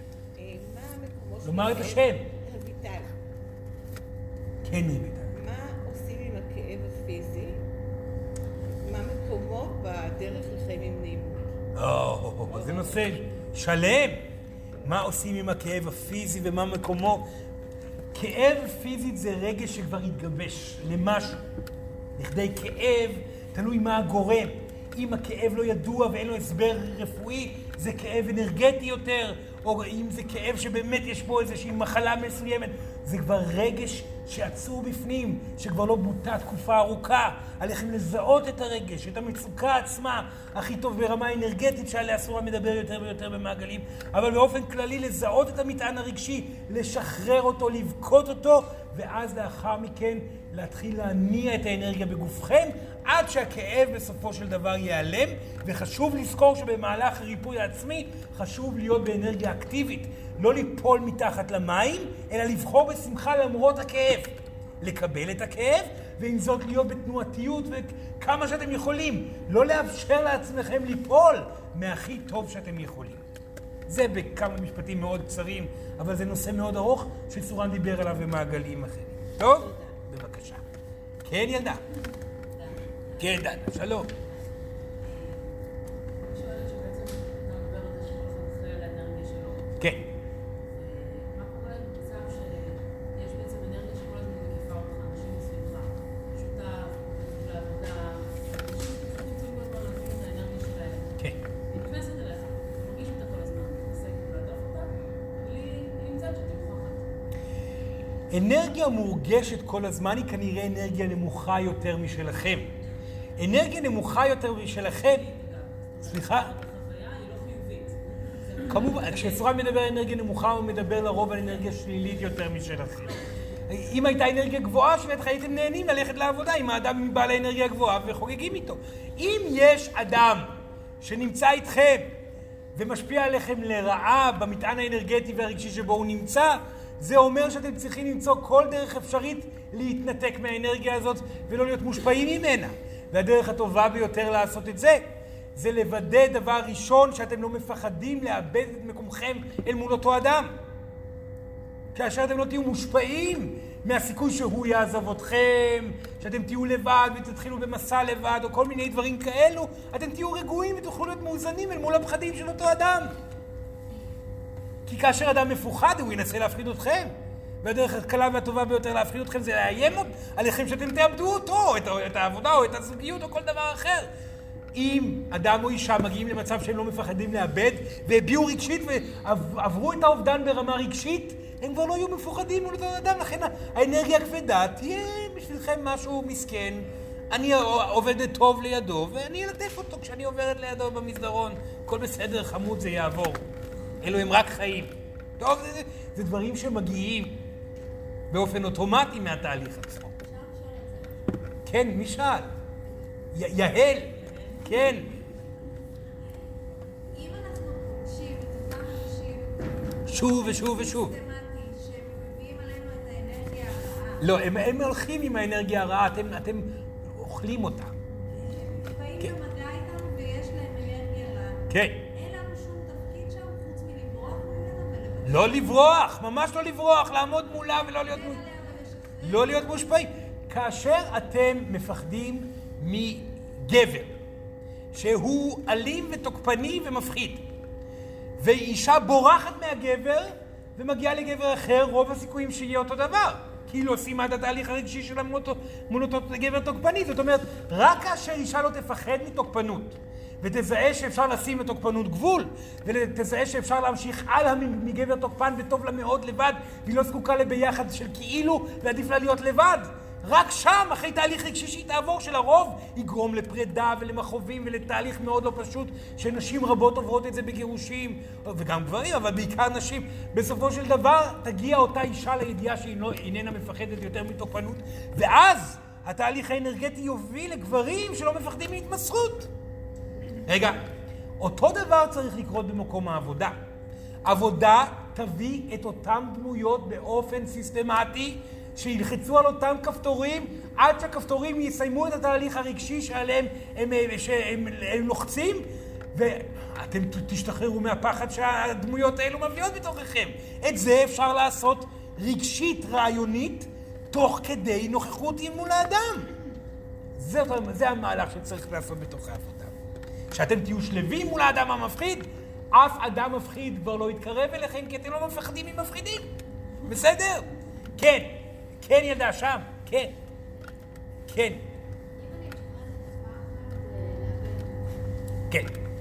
לומר את השם. רויטל. כן, רויטל. מה עושים עם הכאב הפיזי? מה מקומו בדרך לחיים עם נעימות? או, זה נושא שלם. מה עושים עם הכאב הפיזי ומה מקומו? כאב פיזית זה רגש שכבר התגבש למשהו. לכדי כאב, תלוי מה הגורם. אם הכאב לא ידוע ואין לו הסבר רפואי, זה כאב אנרגטי יותר, או אם זה כאב שבאמת יש בו איזושהי מחלה מסוימת, זה כבר רגש שעצור בפנים, שכבר לא בוטה תקופה ארוכה. עליכם לזהות את הרגש, את המצוקה עצמה, הכי טוב ברמה אנרגטית שעליה אסורה מדבר יותר ויותר במעגלים, אבל באופן כללי לזהות את המטען הרגשי, לשחרר אותו, לבכות אותו, ואז לאחר מכן להתחיל להניע את האנרגיה בגופכם, עד שהכאב בסופו של דבר ייעלם. וחשוב לזכור שבמהלך הריפוי העצמי חשוב להיות באנרגיה אקטיבית, לא ליפול מתחת למים, אלא לבחור בשמחה למרות הכאב, לקבל את הכאב, ועם זאת להיות בתנועתיות וכמה שאתם יכולים, לא לאפשר לעצמכם ליפול מהכי טוב שאתם יכולים. זה בכמה משפטים מאוד קצרים, אבל זה נושא מאוד ארוך שסורן דיבר עליו במעגלים אחרים. טוב? בבקשה. כן, ילדה. כן, דנה, שלום. כן. מה קורה במצב שיש בעצם אנרגיה שכל הזמן מקיפה אותך, אנשים מסביבך, שותף, לעבודה, אנשים נמצאים כל הזמן להבין את האנרגיה שלהם. כן. היא נכנסת אליך, אתה מרגיש אותה כל הזמן, אתה עושה להדוף אותה, אבל היא נמצאת שתמוכחת. אנרגיה מורגשת כל הזמן היא כנראה אנרגיה נמוכה יותר משלכם. אנרגיה נמוכה יותר משלכם... סליחה? כמובן, כשסורן מדבר על אנרגיה נמוכה, הוא מדבר לרוב על אנרגיה שלילית יותר משלכם. אם הייתה אנרגיה גבוהה, שבטח הייתם נהנים ללכת לעבודה עם האדם מבעל האנרגיה הגבוהה וחוגגים איתו. אם יש אדם שנמצא איתכם ומשפיע עליכם לרעה במטען האנרגטי והרגשי שבו הוא נמצא, זה אומר שאתם צריכים למצוא כל דרך אפשרית להתנתק מהאנרגיה הזאת ולא להיות מושפעים ממנה. והדרך הטובה ביותר לעשות את זה, זה לוודא דבר ראשון שאתם לא מפחדים לאבד את מקומכם אל מול אותו אדם. כאשר אתם לא תהיו מושפעים מהסיכוי שהוא יעזוב אתכם, שאתם תהיו לבד ותתחילו במסע לבד או כל מיני דברים כאלו, אתם תהיו רגועים ותוכלו להיות מאוזנים אל מול הפחדים של אותו אדם. כי כאשר אדם מפוחד הוא ינסה להפחיד אתכם. והדרך הקלה והטובה ביותר להפחיד אתכם זה לאיים עליכם שאתם תאבדו אותו, את העבודה או את הזוגיות או כל דבר אחר. אם אדם או אישה מגיעים למצב שהם לא מפחדים לאבד והביעו רגשית ועברו את האובדן ברמה רגשית, הם כבר לא יהיו מפוחדים מול אותו אדם. לכן האנרגיה הכבדה תהיה בשבילכם משהו מסכן. אני עובדת טוב לידו ואני אלטף אותו כשאני עוברת לידו במסדרון. הכל בסדר, חמוד, זה יעבור. אלו הם רק חיים. טוב, זה, זה דברים שמגיעים באופן אוטומטי מהתהליך עצמו. כן, מי שאל? י- יהל. כן. אם אנחנו פוגשים את אותם אנשים שוב ושוב ושוב. סיסטמטי שמביאים עלינו את האנרגיה הרעה, לא, הם, הם הולכים עם האנרגיה הרעה, אתם, אתם אוכלים אותה. באים כן. במגע איתם ויש להם אנרגיה רעה. כן. אין לנו שום תפקיד שם חוץ מלברוח ממנה ולבקש. לא לברוח, ממש לא לברוח, לעמוד מולה ולא להיות, מ... לא להיות מושפעים. כאשר אתם מפחדים מגבר, שהוא אלים ותוקפני ומפחיד, ואישה בורחת מהגבר ומגיעה לגבר אחר, רוב הסיכויים שיהיה אותו דבר. כאילו עושים עד התהליך הרגשי שלה מול אותו, מול אותו גבר תוקפני. זאת אומרת, רק כאשר אישה לא תפחד מתוקפנות, ותזהה שאפשר לשים לתוקפנות גבול, ותזהה שאפשר להמשיך הלאה מגבר תוקפן וטוב לה מאוד לבד, והיא לא זקוקה לביחד של כאילו, ועדיף לה להיות לבד. רק שם, אחרי תהליך רגשי שהיא תעבור, שלרוב יגרום לפרידה ולמחובים ולתהליך מאוד לא פשוט, שנשים רבות עוברות את זה בגירושים, וגם גברים, אבל בעיקר נשים. בסופו של דבר תגיע אותה אישה לידיעה שהיא לא, איננה מפחדת יותר מתוקפנות, ואז התהליך האנרגטי יוביל לגברים שלא מפחדים מהתמסרות. רגע, אותו דבר צריך לקרות במקום העבודה. עבודה תביא את אותם דמויות באופן סיסטמטי, שילחצו על אותם כפתורים, עד שהכפתורים יסיימו את התהליך הרגשי שעליהם הם, שהם, הם לוחצים, ואתם תשתחררו מהפחד שהדמויות האלו מביאות בתוככם. את זה אפשר לעשות רגשית, רעיונית, תוך כדי נוכחות מול האדם. זה, זה המהלך שצריך לעשות בתוך העבודה. שאתם תהיו שלבים מול האדם המפחיד, אף אדם מפחיד כבר לא יתקרב אליכם, כי אתם לא מפחדים ממפחידים. בסדר? כן. כן, ילדה, שם. כן. כן. אם אני יכולה לתת פחד לאבד, כן. זה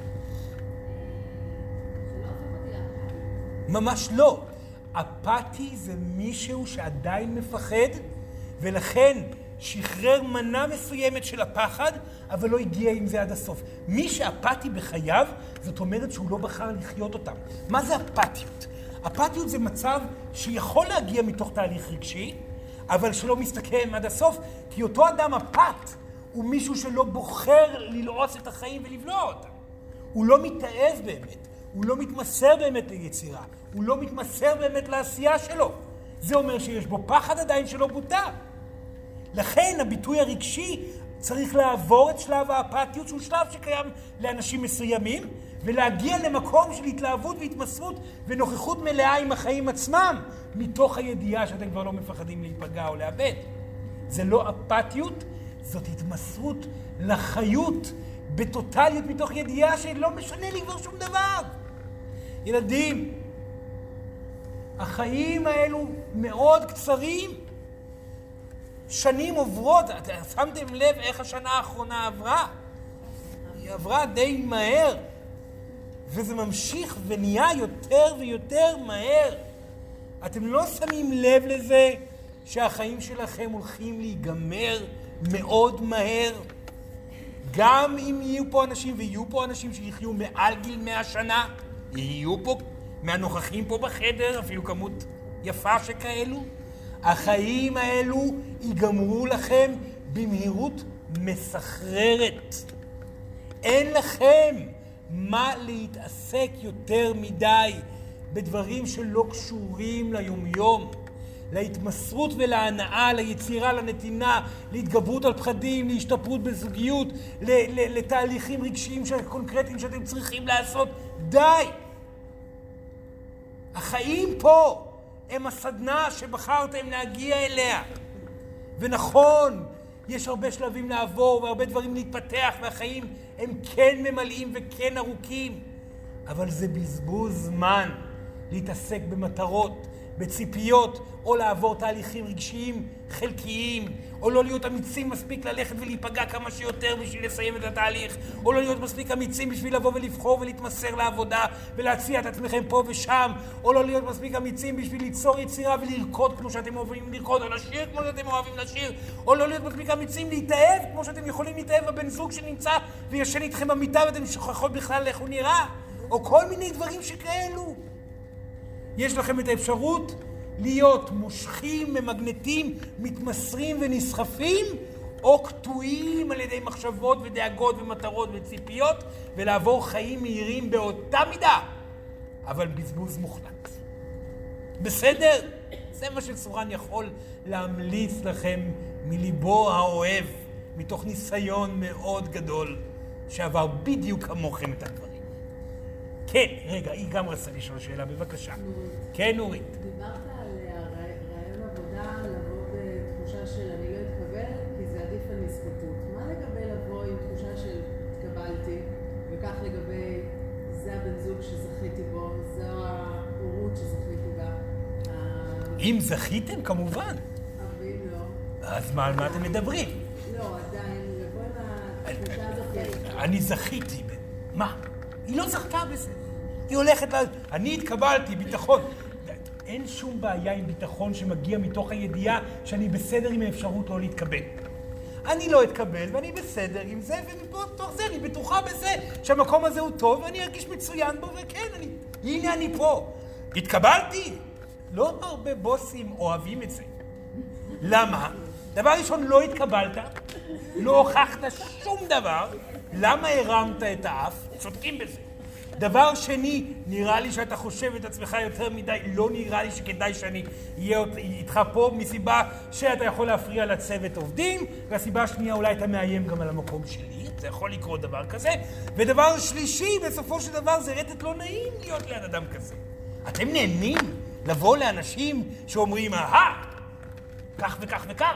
לא הופך אותי לאפאתי? ממש לא. אפאתי זה מישהו שעדיין מפחד ולכן שחרר מנה מסוימת של הפחד, אבל לא הגיע עם זה עד הסוף. מי שאפתי בחייו, זאת אומרת שהוא לא בחר לחיות אותם. מה זה אפתיות? אפתיות זה מצב שיכול להגיע מתוך תהליך רגשי, אבל שלא מסתכם עד הסוף, כי אותו אדם אפת הוא מישהו שלא בוחר ללעוס את החיים ולבלוע אותם. הוא לא מתאהב באמת, הוא לא מתמסר באמת ליצירה, הוא לא מתמסר באמת לעשייה שלו. זה אומר שיש בו פחד עדיין שלא בוטה. לכן הביטוי הרגשי צריך לעבור את שלב האפתיות, שהוא שלב שקיים לאנשים מסוימים, ולהגיע למקום של התלהבות והתמסרות ונוכחות מלאה עם החיים עצמם, מתוך הידיעה שאתם כבר לא מפחדים להיפגע או לאבד. זה לא אפתיות, זאת התמסרות לחיות בטוטליות מתוך ידיעה שלא משנה לי כבר שום דבר. ילדים, החיים האלו מאוד קצרים. שנים עוברות, שמתם לב איך השנה האחרונה עברה? היא עברה די מהר, וזה ממשיך ונהיה יותר ויותר מהר. אתם לא שמים לב לזה שהחיים שלכם הולכים להיגמר מאוד מהר? גם אם יהיו פה אנשים, ויהיו פה אנשים שיחיו מעל גיל מאה שנה, יהיו פה מהנוכחים פה בחדר, אפילו כמות יפה שכאלו, החיים האלו ייגמרו לכם במהירות מסחררת. אין לכם מה להתעסק יותר מדי בדברים שלא קשורים ליומיום, להתמסרות ולהנאה, ליצירה, לנתינה, להתגברות על פחדים, להשתפרות בזוגיות, לתהליכים רגשיים קונקרטיים שאתם צריכים לעשות. די! החיים פה הם הסדנה שבחרתם להגיע אליה. ונכון, יש הרבה שלבים לעבור והרבה דברים להתפתח, והחיים הם כן ממלאים וכן ארוכים. אבל זה בזבוז זמן להתעסק במטרות, בציפיות, או לעבור תהליכים רגשיים חלקיים, או לא להיות אמיצים מספיק ללכת ולהיפגע כמה שיותר בשביל לסיים את התהליך, או לא להיות מספיק אמיצים בשביל לבוא ולבחור ולהתמסר לעבודה ולהציע את עצמכם פה ושם, או לא להיות מספיק אמיצים בשביל ליצור יצירה ולרקוד כמו שאתם אוהבים לרקוד, או לשיר כמו שאתם אוהבים לשיר, או לא להיות מספיק אמיצים להתאהב כמו שאתם יכולים להתאהב בבן זוג שנמצא וישן איתכם במיטה ואתם שוכחות בכלל איך הוא נראה, או כל מיני דברים שכאלו. יש לכם את האפשרות להיות מושכים, ממגנטים, מתמסרים ונסחפים, או קטועים על ידי מחשבות ודאגות ומטרות וציפיות, ולעבור חיים מהירים באותה מידה, אבל בזבוז מוחלט. בסדר? זה מה שסורן יכול להמליץ לכם מליבו האוהב, מתוך ניסיון מאוד גדול, שעבר בדיוק כמוכם את הדברים. כן, רגע, היא גם רצה לשאול שאלה, בבקשה. כן, נורית. דיברת על רעיון עבודה, לבוא בתחושה של אני לא אתקבל, כי זה עדיף על נזקקות. מה לגבי לבוא עם תחושה של התקבלתי, וכך לגבי זה הבן זוג שזכיתי בו, זו ההורות שזכיתי בה? אם זכיתם, כמובן. אבל אם לא... אז מה, על מה אתם מדברים? לא, עדיין, לבוא עם התחושה הזאת... אני זכיתי. מה? היא לא זכתה בזה. היא הולכת לה... אני התקבלתי, ביטחון. אין שום בעיה עם ביטחון שמגיע מתוך הידיעה שאני בסדר עם האפשרות לא להתקבל. אני לא אתקבל ואני בסדר עם זה, ומתוך זה אני בטוחה בזה שהמקום הזה הוא טוב ואני ארגיש מצוין בו, וכן, אני... הנה אני פה. התקבלתי? לא הרבה בוסים אוהבים את זה. למה? דבר ראשון, לא התקבלת, לא הוכחת שום דבר, למה הרמת את האף? צודקים בזה. דבר שני, נראה לי שאתה חושב את עצמך יותר מדי, לא נראה לי שכדאי שאני אהיה איתך פה, מסיבה שאתה יכול להפריע לצוות עובדים, והסיבה השנייה, אולי אתה מאיים גם על המקום שלי, זה יכול לקרות דבר כזה, ודבר שלישי, בסופו של דבר, זה רטט לא נעים להיות ליד אדם כזה. אתם נהנים לבוא לאנשים שאומרים, אהה, כך וכך וכך.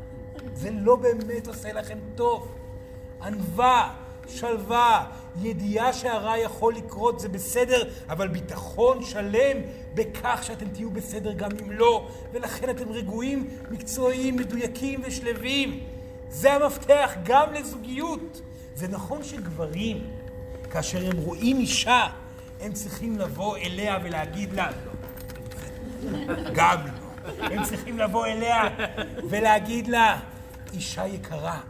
זה לא באמת עושה לכם טוב. ענווה, שלווה, ידיעה שהרע יכול לקרות, זה בסדר, אבל ביטחון שלם בכך שאתם תהיו בסדר גם אם לא, ולכן אתם רגועים, מקצועיים, מדויקים ושלבים. זה המפתח גם לזוגיות. זה נכון שגברים, כאשר הם רואים אישה, הם צריכים לבוא אליה ולהגיד לה, לא. גם לא. הם צריכים לבוא אליה ולהגיד לה, אישה יקרה,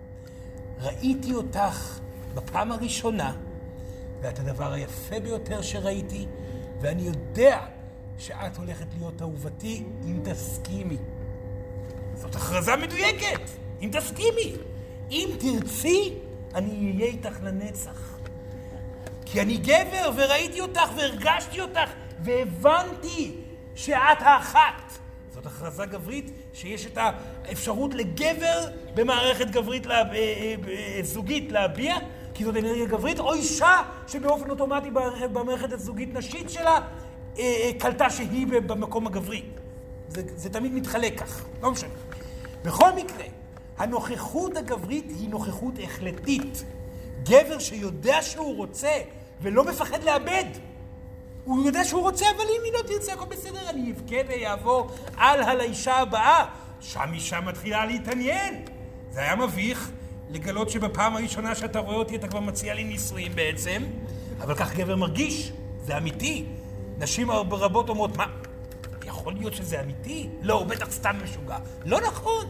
ראיתי אותך בפעם הראשונה, ואת הדבר היפה ביותר שראיתי, ואני יודע שאת הולכת להיות אהובתי אם תסכימי. זאת הכרזה מדויקת, אם תסכימי. אם תרצי, אני אהיה איתך לנצח. כי אני גבר וראיתי אותך והרגשתי אותך והבנתי שאת האחת. זאת הכרזה גברית שיש את האפשרות לגבר במערכת גברית לה, זוגית להביע, כי זאת אנרגיה גברית, או אישה שבאופן אוטומטי במערכת הזוגית נשית שלה קלטה שהיא במקום הגברי. זה, זה תמיד מתחלק כך, לא משנה. בכל מקרה, הנוכחות הגברית היא נוכחות החלטית. גבר שיודע שהוא רוצה ולא מפחד לאבד. הוא יודע שהוא רוצה, אבל אם היא לא תרצה, הכל בסדר, אני אבכה ויעבור על האישה הבאה. שם אישה מתחילה להתעניין. זה היה מביך לגלות שבפעם הראשונה שאתה רואה אותי, אתה כבר מציע לי נישואים בעצם, אבל כך גבר מרגיש, זה אמיתי. נשים רבות אומרות, מה? יכול להיות שזה אמיתי? לא, הוא בטח סתם משוגע. לא נכון.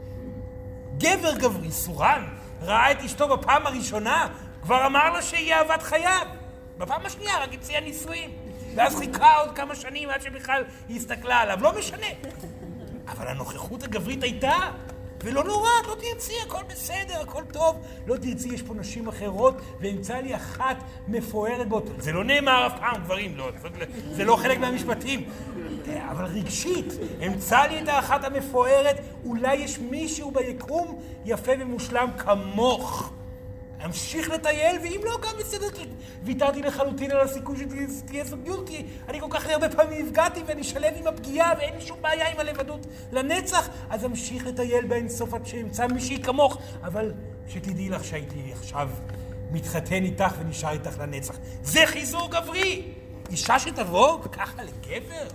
גבר גברי, סורן, ראה את אשתו בפעם הראשונה, כבר אמר לה שהיא אהבת חייו. בפעם השנייה רק הציע נישואים. ואז חיכה עוד כמה שנים עד שבכלל היא הסתכלה עליו. לא משנה. אבל הנוכחות הגברית הייתה, ולא נורא, לא תרצי, הכל בסדר, הכל טוב. לא תרצי, יש פה נשים אחרות, ואמצא לי אחת מפוארת באותו. זה לא נאמר אף פעם, גברים, לא. זה לא חלק מהמשפטים. אבל רגשית, אמצא לי את האחת המפוארת, אולי יש מישהו ביקום יפה ומושלם כמוך. אמשיך לטייל, ואם לא, גם בסדר, כי ויתרתי לחלוטין על הסיכוי שתהיה זוגיות, כי אני כל כך הרבה פעמים נפגעתי, ואני שלב עם הפגיעה, ואין לי שום בעיה עם הלבדות לנצח, אז אמשיך לטייל באינסוף עד שאמצא מישהי כמוך, אבל שתדעי לך שהייתי עכשיו מתחתן איתך ונשאר איתך לנצח. זה חיזור גברי! אישה שתבוא ככה לגבר?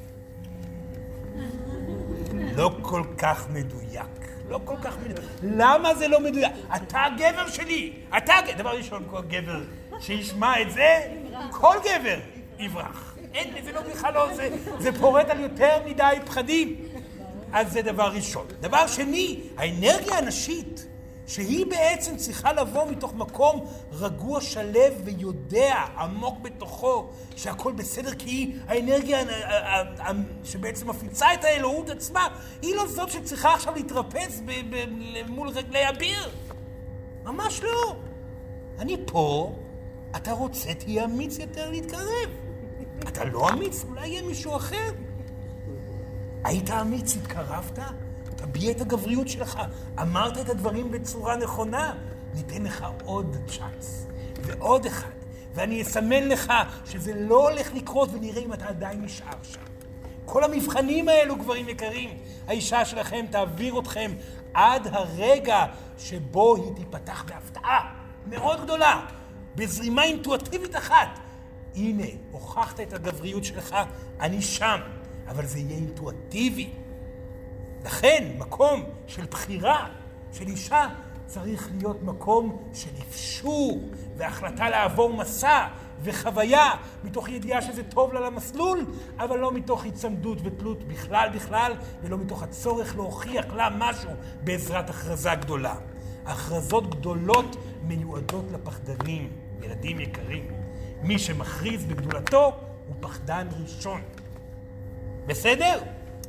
לא כל כך מדויק. לא כל כך מדויק. למה זה לא מדויק? אתה הגבר שלי. אתה הגבר. דבר ראשון, כל גבר שישמע את זה, כל גבר יברח. אין, זה לא בכלל לא זה. זה פורט על יותר מדי פחדים. אז זה דבר ראשון. דבר שני, האנרגיה הנשית, שהיא בעצם צריכה לבוא מתוך מקום רגוע, שלב ויודע עמוק בתוכו שהכל בסדר, כי היא האנרגיה שבעצם מפיצה את האלוהות עצמה, היא לא זאת שצריכה עכשיו להתרפס מול רגלי אביר. ממש לא. אני פה, אתה רוצה, תהיה אמיץ יותר להתקרב. אתה לא אמיץ, אולי יהיה מישהו אחר. היית אמיץ, התקרבת? תביע את הגבריות שלך, אמרת את הדברים בצורה נכונה, ניתן לך עוד צ'אנס, ועוד אחד, ואני אסמן לך שזה לא הולך לקרות, ונראה אם אתה עדיין נשאר שם. כל המבחנים האלו, גברים יקרים, האישה שלכם תעביר אתכם עד הרגע שבו היא תיפתח בהפתעה מאוד גדולה, בזרימה אינטואטיבית אחת. הנה, הוכחת את הגבריות שלך, אני שם, אבל זה יהיה אינטואטיבי. לכן, מקום של בחירה של אישה צריך להיות מקום של אפשור והחלטה לעבור מסע וחוויה מתוך ידיעה שזה טוב לה למסלול, אבל לא מתוך הצמדות ותלות בכלל בכלל, ולא מתוך הצורך להוכיח לה משהו בעזרת הכרזה גדולה. הכרזות גדולות מיועדות לפחדנים, ילדים יקרים. מי שמכריז בגדולתו הוא פחדן ראשון. בסדר?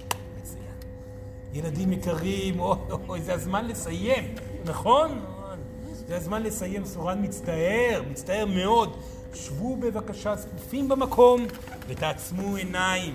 ילדים יקרים, אוי, אוי, זה הזמן לסיים, נכון? זה הזמן לסיים, סורן מצטער, מצטער מאוד. שבו בבקשה זקופים במקום ותעצמו עיניים.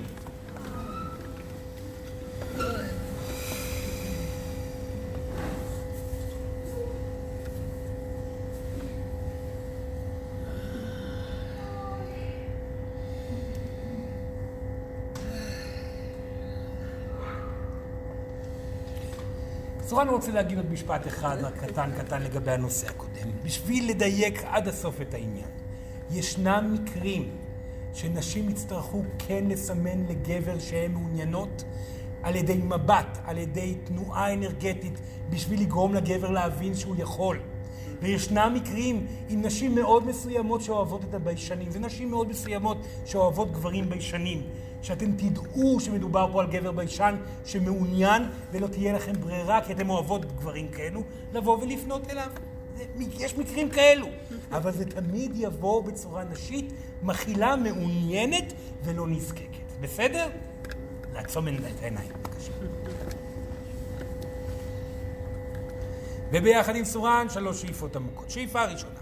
סורן רוצה להגיד עוד משפט אחד, קטן קטן לגבי הנושא הקודם, בשביל לדייק עד הסוף את העניין. ישנם מקרים שנשים יצטרכו כן לסמן לגבר שהן מעוניינות על ידי מבט, על ידי תנועה אנרגטית, בשביל לגרום לגבר להבין שהוא יכול. וישנם מקרים עם נשים מאוד מסוימות שאוהבות את הביישנים, ונשים מאוד מסוימות שאוהבות גברים ביישנים, שאתם תדעו שמדובר פה על גבר ביישן שמעוניין ולא תהיה לכם ברירה, כי אתם אוהבות גברים כאלו, לבוא ולפנות אליו. יש מקרים כאלו, אבל זה תמיד יבוא בצורה נשית, מכילה, מעוניינת ולא נזקקת. בסדר? לעצום את העיניים, בבקשה. וביחד עם סורן, שלוש שאיפות עמוקות. שאיפה ראשונה.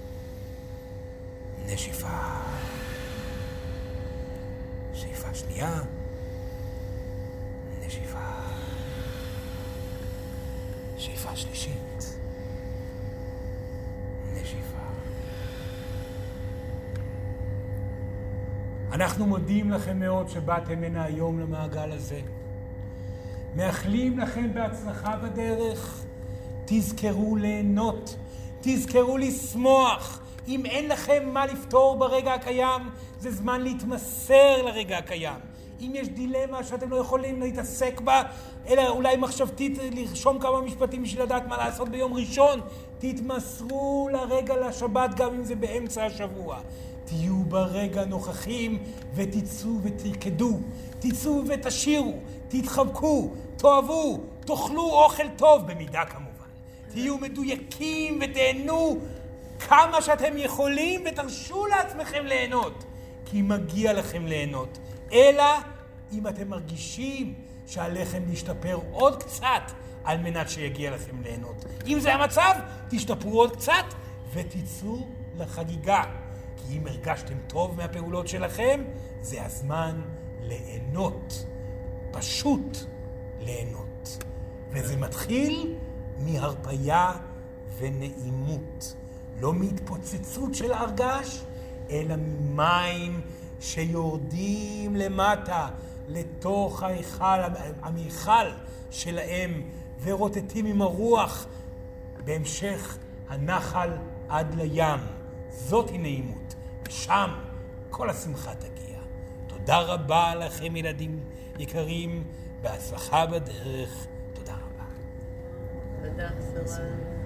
נשיפה. שאיפה שנייה. נשיפה. שאיפה שלישית. נשיפה. אנחנו מודים לכם מאוד שבאתם הנה היום למעגל הזה. מאחלים לכם בהצלחה בדרך. תזכרו ליהנות, תזכרו לשמוח. אם אין לכם מה לפתור ברגע הקיים, זה זמן להתמסר לרגע הקיים. אם יש דילמה שאתם לא יכולים להתעסק בה, אלא אולי מחשבתית לרשום כמה משפטים בשביל לדעת מה לעשות ביום ראשון, תתמסרו לרגע לשבת גם אם זה באמצע השבוע. תהיו ברגע נוכחים ותצאו ותרקדו, תצאו ותשירו, תתחבקו, תאהבו, תאכלו אוכל טוב במידה כמובן. תהיו מדויקים ותהנו כמה שאתם יכולים ותרשו לעצמכם ליהנות, כי מגיע לכם ליהנות. אלא אם אתם מרגישים שעליכם להשתפר עוד קצת על מנת שיגיע לכם ליהנות. אם זה המצב, תשתפרו עוד קצת ותצאו לחגיגה. כי אם הרגשתם טוב מהפעולות שלכם, זה הזמן ליהנות. פשוט ליהנות. וזה מתחיל מהרפיה ונעימות. לא מהתפוצצות של הרגש, אלא ממים שיורדים למטה, לתוך ההיכל, המיכל שלהם, ורוטטים עם הרוח בהמשך הנחל עד לים. זאת היא נעימות, ושם כל השמחה תגיע. תודה רבה לכם ילדים יקרים, בהצלחה בדרך. תודה רבה. תודה, סורן.